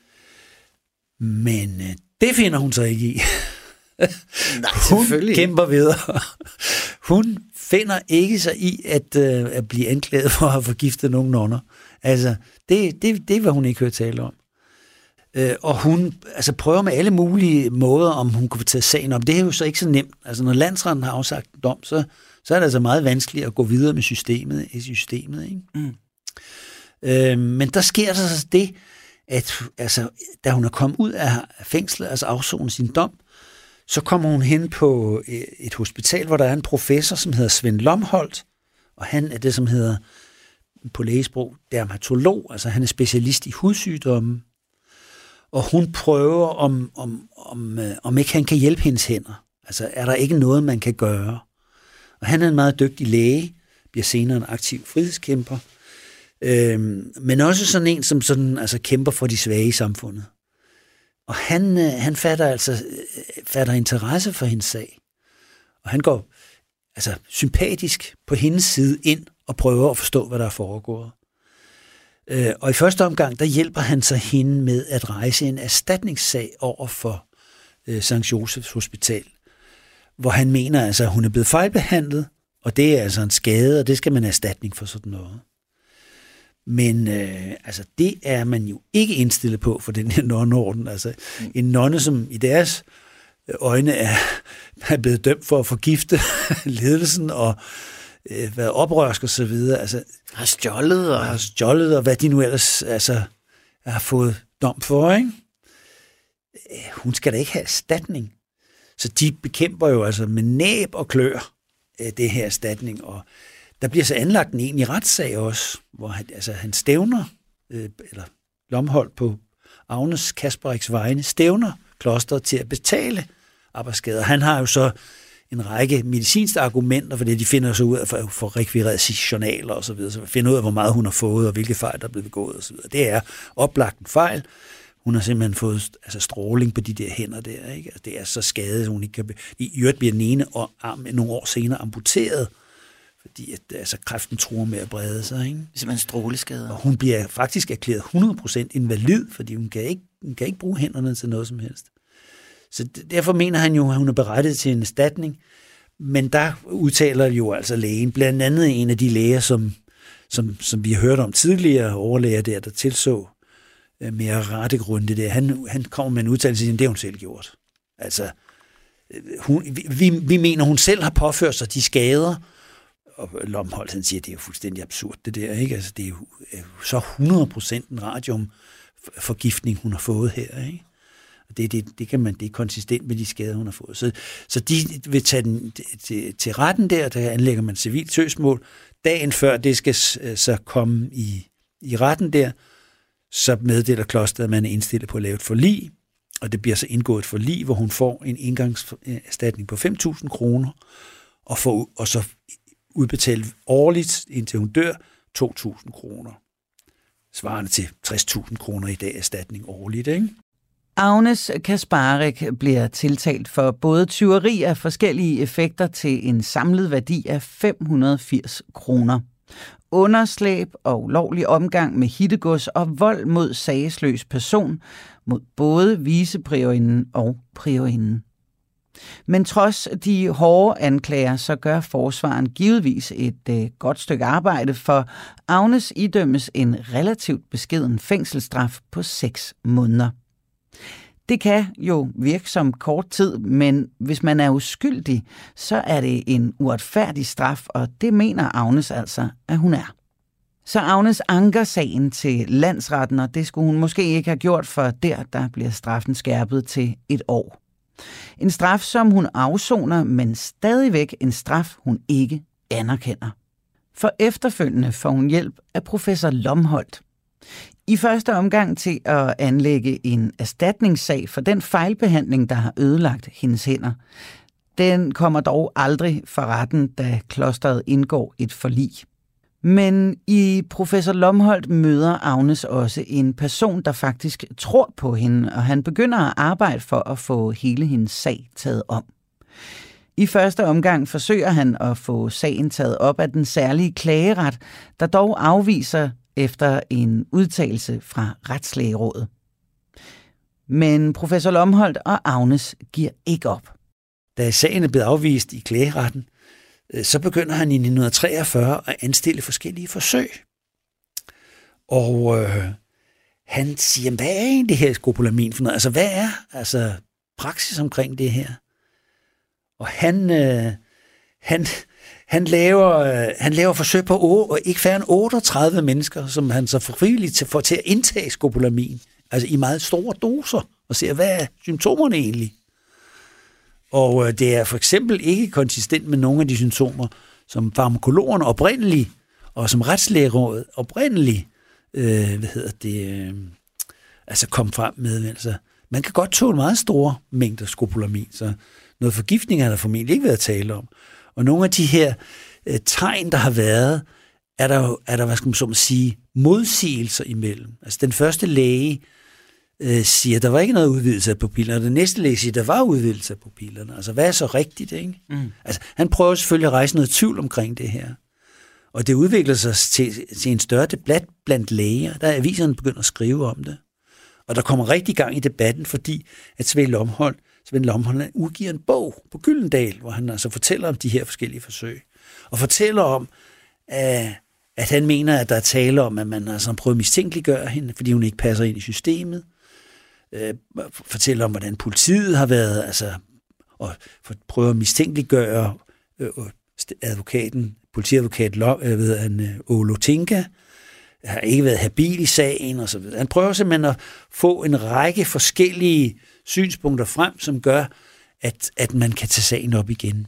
Men øh, det finder hun så ikke i. Nej, hun kæmper videre. Hun finder ikke sig i at, øh, at blive anklaget for at have forgiftet nogle nonner. Altså, det, det, det vil hun ikke høre tale om. Øh, og hun altså, prøver med alle mulige måder, om hun kunne få taget sagen op. Det er jo så ikke så nemt. Altså, når landsretten har afsagt en dom, så, så er det altså meget vanskeligt at gå videre med systemet. I systemet ikke? Mm. Øh, men der sker så altså det, at altså, da hun er kommet ud af fængslet, altså afsonet sin dom, så kommer hun hen på et hospital, hvor der er en professor, som hedder Svend Lomholt, og han er det, som hedder på lægesprog dermatolog, altså han er specialist i hudsygdomme, og hun prøver, om, om, om, om ikke han kan hjælpe hendes hænder. Altså er der ikke noget, man kan gøre? Og han er en meget dygtig læge, bliver senere en aktiv frihedskæmper, øhm, men også sådan en, som sådan, altså, kæmper for de svage i samfundet. Og han, han fatter altså fatter interesse for hendes sag. Og han går altså sympatisk på hendes side ind og prøver at forstå, hvad der er foregået. Og i første omgang, der hjælper han så hende med at rejse en erstatningssag over for Sankt Josefs Hospital, hvor han mener, altså, at hun er blevet fejlbehandlet, og det er altså en skade, og det skal man have erstatning for sådan noget. Men øh, altså, det er man jo ikke indstillet på for den her nonneorden. Altså, mm. en nonne, som i deres øjne er, er blevet dømt for at forgifte ledelsen og øh, været oprørsk og så videre. Altså, har stjålet og... har stjålet, og hvad de nu ellers altså, har fået dom for, ikke? Hun skal da ikke have erstatning. Så de bekæmper jo altså med næb og klør øh, det her erstatning, og der bliver så anlagt en egentlig retssag også, hvor han, altså, han stævner, øh, eller Lomholt på Agnes Kasperiks vegne, stævner klosteret til at betale arbejdsskader. Han har jo så en række medicinske argumenter, fordi de finder så ud af at få rekvireret sine journaler og så videre, så finder ud af, hvor meget hun har fået, og hvilke fejl, der er blevet begået og så videre. Det er oplagt en fejl. Hun har simpelthen fået altså, stråling på de der hænder der, ikke? Altså, det er så skadet, hun ikke kan... I øvrigt bliver den ene arm nogle år senere amputeret, fordi at, altså, kræften truer med at brede sig. Ikke? Simpelthen stråleskader. Og hun bliver faktisk erklæret hundrede procent invalid, fordi hun kan, ikke, hun kan ikke bruge hænderne til noget som helst. Så derfor mener han jo, at hun er berettiget til en erstatning, men der udtaler jo altså lægen, blandt andet en af de læger, som, som, som vi har hørt om tidligere, overlæger der, der tilså mere rette grunde der. Han, han kommer med en udtalelse, det har hun selv gjort. Altså, hun, vi, vi mener, hun selv har påført sig de skader, og Lomholt, han siger, det er jo fuldstændig absurd, det der, ikke? Altså, det er jo, er jo så hundrede procent en radiumforgiftning, hun har fået her, ikke? Og det, det, det kan man, det er konsistent med de skader, hun har fået. Så, så de vil tage den til, til retten der, der anlægger man civilt søgsmål. Dagen før det skal så komme i, i retten der, så meddeler klosteret, at man er indstillet på at lave et forlig, og det bliver så indgået et forlig, hvor hun får en engangserstatning på fem tusind kroner, og, får, og så udbetalt årligt, indtil hun dør, to tusind kroner. svarende til tres tusind kroner i dag erstatning årligt, ikke? Agnes Kasparek bliver tiltalt for både tyveri af forskellige effekter til en samlet værdi af fem hundrede og firs kroner. Underslæb og ulovlig omgang med hittegods og vold mod sagesløs person mod både vicepriorinden og priorinden. Men trods de hårde anklager, så gør forsvaren givetvis et øh, godt stykke arbejde, for Agnes idømmes en relativt beskeden fængselsstraf på seks måneder. Det kan jo virke som kort tid, men hvis man er uskyldig, så er det en uretfærdig straf, og det mener Agnes altså, at hun er. Så Agnes anker sagen til landsretten, og det skulle hun måske ikke have gjort, for der, der bliver straffen skærpet til et år. En straf, som hun afsoner, men stadigvæk en straf, hun ikke anerkender. For efterfølgende får hun hjælp af professor Lomholt. I første omgang til at anlægge en erstatningssag for den fejlbehandling, der har ødelagt hendes hænder. Den kommer dog aldrig for retten, da klosteret indgår et forlig. Men i professor Lomholt møder Agnes også en person, der faktisk tror på hende, og han begynder at arbejde for at få hele hendes sag taget om. I første omgang forsøger han at få sagen taget op af den særlige klageret, der dog afviser efter en udtalelse fra Retslægerådet. Men professor Lomholt og Agnes giver ikke op. Da sagen er blevet afvist i klageretten, så begynder han i nitten treogfyrre at anstille forskellige forsøg. Og øh, han siger, hvad er egentlig det her skopolamin for noget? Altså, hvad er altså praksis omkring det her? Og han, øh, han, han, laver, øh, han laver forsøg på og ikke færre end otteogtredive mennesker, som han så frivilligt får til at indtage skopolamin, altså i meget store doser, og ser, hvad er symptomerne egentlig? Og øh, det er for eksempel ikke konsistent med nogle af de symptomer, som farmakologerne oprindeligt, og som Retslægerådet oprindeligt, øh, hvad hedder det, øh, altså kom frem med. Altså, man kan godt tåle meget store mængder skopolamin, så noget forgiftning har der formentlig ikke været at tale om. Og nogle af de her øh, tegn, der har været, er der jo, er der, hvad skal man så sige, modsigelser imellem. Altså den første læge øh, siger, der var ikke noget udvidelse af pupillerne, og den næste læge siger, der var udvidelse af pupillerne. Altså hvad er så rigtigt, ikke? Mm. Altså han prøver selvfølgelig at rejse noget tvivl omkring det her. Og det udvikler sig til, til en større debat blandt læger, der er aviserne begynder at skrive om det. Og der kommer rigtig gang i debatten, fordi at Svend Lomholt, Svend Lomholt udgiver en bog på Gyldendal, hvor han altså fortæller om de her forskellige forsøg. Og fortæller om, at han mener, at der er tale om, at man altså prøver at mistænkeliggøre hende, fordi hun ikke passer ind i systemet. Fortæller om, hvordan politiet har været, altså, og prøver at mistænkeliggøre advokaten, politiadvokat ved han, Olo Tinka, har ikke været habil i sagen og så videre. Han prøver simpelthen at få en række forskellige synspunkter frem, som gør, at, at man kan tage sagen op igen.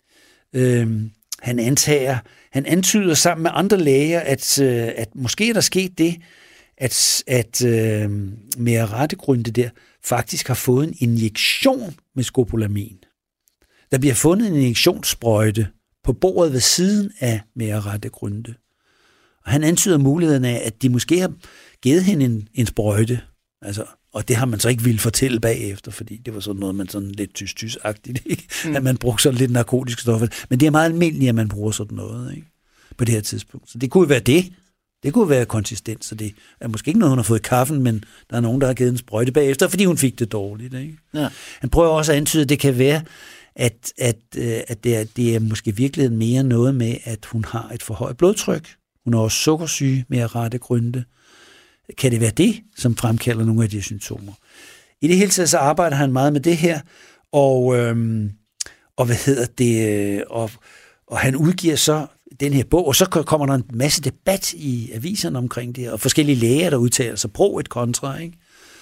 Øhm, han antager, han antyder sammen med andre læger, at, øh, at måske er der sket det, at, at øh, Merete Gründe der faktisk har fået en injektion med skopolamin. Der bliver fundet en injektionssprøjte på bordet ved siden af Merete Gründe. Og han antyder muligheden af, at de måske har givet hende en, en sprøjte. Altså, og det har man så ikke ville fortælle bagefter, fordi det var sådan noget, man sådan lidt tysk-tysk-agtigt, ikke? Mm. At man brugte sådan lidt narkotiske stoffer. Men det er meget almindeligt, at man bruger sådan noget, ikke? På det her tidspunkt. Så det kunne være det. Det kunne være konsistent, så det er måske ikke noget, hun har fået i kaffen, men der er nogen, der har givet en sprøjte bagefter, fordi hun fik det dårligt, ikke? Ja. Han prøver også at antyde, at det kan være, at, at, at det, er, det er måske virkeligheden mere noget med, at hun har et for højt blodtryk. Hun har også sukkersyge, Merete Gründe. Kan det være det, som fremkalder nogle af de symptomer? I det hele taget så arbejder han meget med det her, og, øhm, og hvad hedder det, og, og han udgiver så den her bog, og så kommer der en masse debat i aviserne omkring det, og forskellige læger, der udtaler sig pro et kontra, ikke?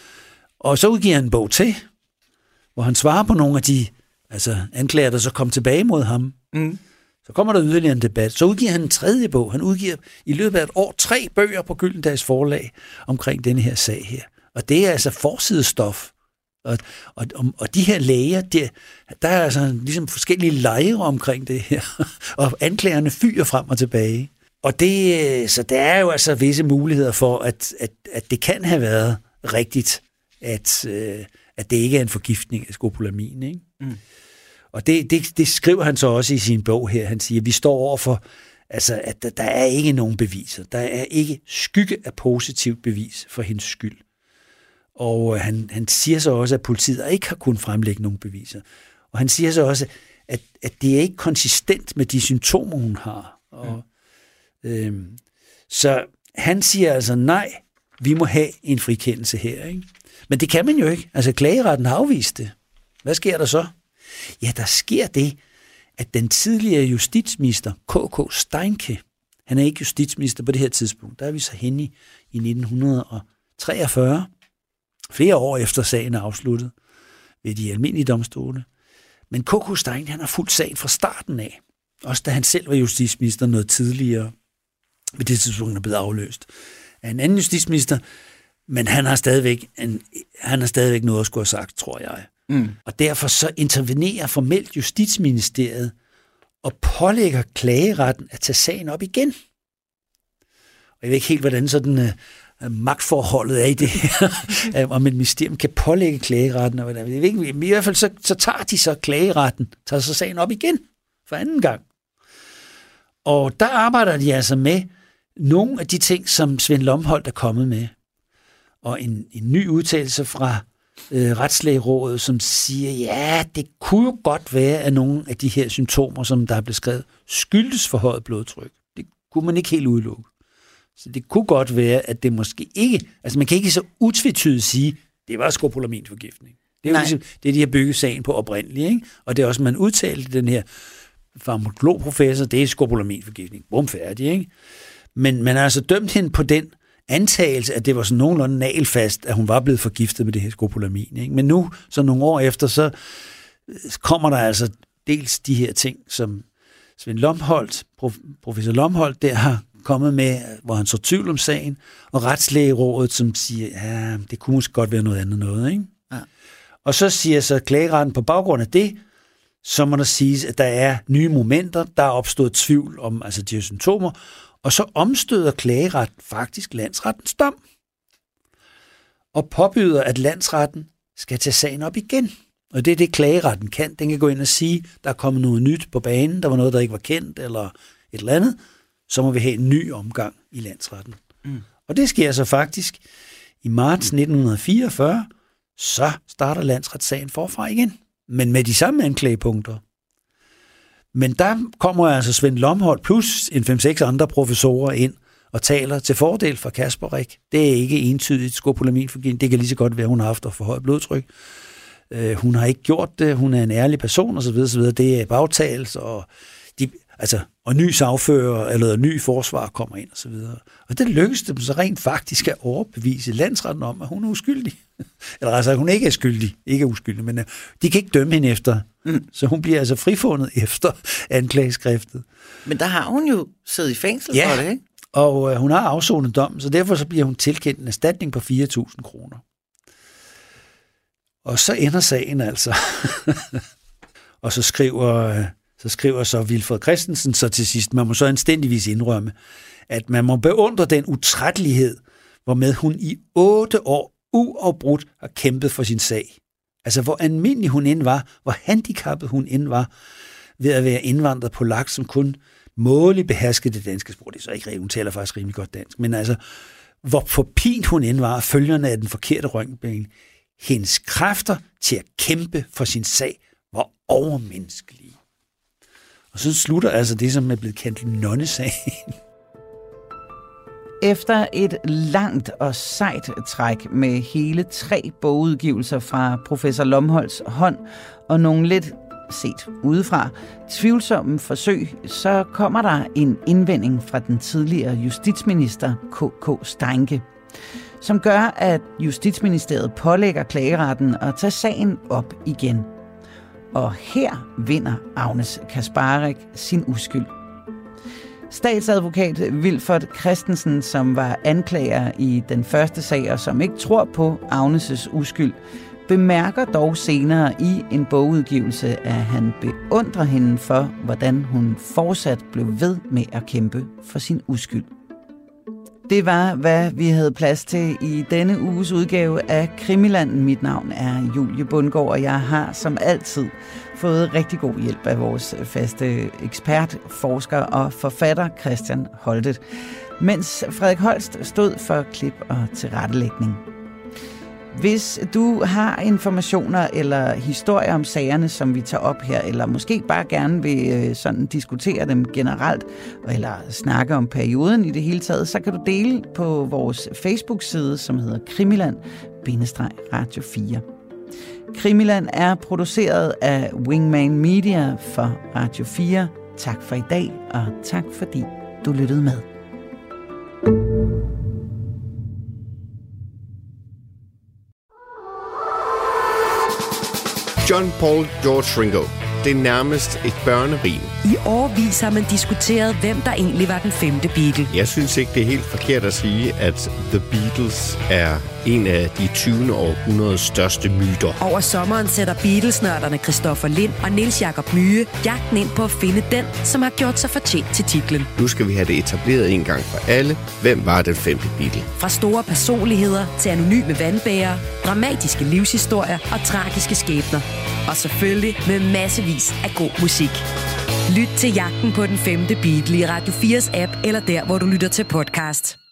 Og så udgiver han en bog til, hvor han svarer på nogle af de altså, anklager, der så kom tilbage mod ham. Mm. Så kommer der yderligere en debat. Så udgiver han en tredje bog. Han udgiver i løbet af et år tre bøger på Gyldendals forlag omkring denne her sag her. Og det er altså forsidestof. Og, og, og de her læger, der, der er altså ligesom forskellige lejre omkring det her. Og anklagerne fyrer frem og tilbage. Og det, så der er jo altså visse muligheder for, at, at, at det kan have været rigtigt, at, at det ikke er en forgiftning af skopolamin, ikke? Mm. Og det, det, det skriver han så også i sin bog her. Han siger, at vi står overfor, altså, at der, der er ikke nogen beviser. Der er ikke skygge af positivt bevis for hendes skyld. Og han, han siger så også, at politiet ikke har kunnet fremlægge nogen beviser. Og han siger så også, at, at det er ikke konsistent med de symptomer, hun har. Og, mm. øhm, så han siger altså, nej, vi må have en frikendelse her, ikke? Men det kan man jo ikke. Altså, klageretten har afvist det. Hvad sker der så? Ja, der sker det, at den tidligere justitsminister, K K Steincke, han er ikke justitsminister på det her tidspunkt, der er vi så henne i, i nitten treogfyrre, flere år efter sagen er afsluttet ved de almindelige domstole. Men K K Steincke, han har fulgt sagen fra starten af, også da han selv var justitsminister noget tidligere, ved det tidspunkt er blevet afløst af en anden justitsminister, men han har stadigvæk, en, han har stadigvæk noget at skulle have sagt, tror jeg. Mm. Og derfor så intervenerer formelt Justitsministeriet og pålægger klageretten at tage sagen op igen. Og jeg ved ikke helt, hvordan sådan uh, magtforholdet er i det her, om et ministerium kan pålægge klageretten. Og jeg ved ikke, i hvert fald så, så tager de så klageretten, tager så sagen op igen for anden gang. Og der arbejder de altså med nogle af de ting, som Svend Lomholt er kommet med. Og en, en ny udtalelse fra øh, Retslægerådet, som siger, ja, det kunne jo godt være, at nogle af de her symptomer, som der er beskrevet, skyldes forhøjet blodtryk. Det kunne man ikke helt udelukke. Så det kunne godt være, at det måske ikke, altså man kan ikke så utvetydigt sige, det var skopolaminforgiftning. Det er jo ligesom, det, de har bygget sagen på oprindeligt, ikke? Og det er også, man udtalte den her farmakologprofessor, det er skopolaminforgiftning. Bum, færdig, ikke? Men man har altså dømt hende på den antagelse, at det var sådan nogenlunde nagelfast, at hun var blevet forgiftet med det her skopolamin, ikke? Men nu, så nogle år efter, så kommer der altså dels de her ting, som Svend Lomholt, professor Lomholt, der har kommet med, hvor han så tvivl om sagen, og Retslægerådet, som siger, ja, det kunne måske godt være noget andet noget, ikke? Ja. Og så siger så klageretten på baggrund af det, så må der siges, at der er nye momenter, der er opstået tvivl om altså de her symptomer, og så omstøder klageretten faktisk landsrettens dom, og påbyder, at landsretten skal tage sagen op igen. Og det er det, klageretten kan. Den kan gå ind og sige, der er kommet noget nyt på banen, der var noget, der ikke var kendt, eller et eller andet, så må vi have en ny omgang i landsretten. Mm. Og det sker så faktisk i marts nitten fireogfyrre, så starter landsretssagen forfra igen, men med de samme anklagepunkter. Men der kommer altså Svend Lomholt plus en fem seks andre professorer ind og taler til fordel for Kasperik. Det er ikke entydigt skopolaminforgiftning. Det kan lige så godt være, hun har haft for højt blodtryk. Uh, hun har ikke gjort det. Hun er en ærlig person osv. osv. Det er bagtagelse og de, altså og ny sagfører eller ny forsvar kommer ind osv. Og, og det lykkedes dem så rent faktisk at overbevise landsretten om, at hun er uskyldig. Eller altså, at hun ikke er skyldig. Ikke er uskyldig, men uh, de kan ikke dømme hende efter. Mm. Så hun bliver altså frifundet efter anklageskriftet. Men der har hun jo siddet i fængsel ja, for det, ikke? Og uh, hun har afsonet dom, så derfor så bliver hun tilkendt en erstatning på fire tusind kroner. Og så ender sagen altså. Og så skriver, så skriver så Wilfred Christensen så til sidst, man må så anstændigvis indrømme, at man må beundre den utrættelighed, hvormed hun i otte år uafbrudt har kæmpet for sin sag. Altså hvor almindelig hun end var, hvor handicappet hun end var, ved at være indvandret på laks, som kun mådeligt beherskede det danske sprog. Det er så ikke rigtigt, hun taler faktisk rimelig godt dansk, men altså hvor forpint hun end var, følgerne af den forkerte røntgenbehandling. Hendes kræfter til at kæmpe for sin sag var overmenneskelige. Og så slutter altså det, som er blevet kaldt nonnesagen. Efter et langt og sejt træk med hele tre bogudgivelser fra professor Lomholts hånd og nogle lidt set udefra tvivlsomme forsøg, så kommer der en indvending fra den tidligere justitsminister K K Steincke, som gør, at Justitsministeriet pålægger klageretten at tage sagen op igen. Og her vinder Agnes Kasparik sin uskyld. Statsadvokat Wilfred Christensen, som var anklager i den første sag, og som ikke tror på Agnes' uskyld, bemærker dog senere i en bogudgivelse, at han beundrer hende for, hvordan hun fortsat blev ved med at kæmpe for sin uskyld. Det var, hvad vi havde plads til i denne uges udgave af Krimiland. Mit navn er Julie Bundgaard, og jeg har som altid fået rigtig god hjælp af vores faste ekspert, forsker og forfatter Christian Holtet, mens Frederik Holst stod for klip og tilrettelægning. Hvis du har informationer eller historier om sagerne, som vi tager op her, eller måske bare gerne vil sådan diskutere dem generelt, eller snakke om perioden i det hele taget, så kan du dele på vores Facebook-side, som hedder Krimiland-Radio fire. Krimiland er produceret af Wingman Media for Radio fire. Tak for i dag, og tak fordi du lyttede med. John Paul George Ringo. Det er nærmest et børnerim. I årevis har man diskuteret, hvem der egentlig var den femte Beatle. Jeg synes ikke, det er helt forkert at sige, at The Beatles er en af de tyvende århundredes største myter. Over sommeren sætter Beatles-nørderne Christoffer Lind og Niels Jakob Myhe jagten ind på at finde den, som har gjort sig fortjent til titlen. Nu skal vi have det etableret en gang for alle. Hvem var den femte Beatle? Fra store personligheder til anonyme vandbærere, dramatiske livshistorier og tragiske skæbner. Og selvfølgelig med massevis af god musik. Lyt til jagten på den femte Beatle i Radio fires app eller der, hvor du lytter til podcast.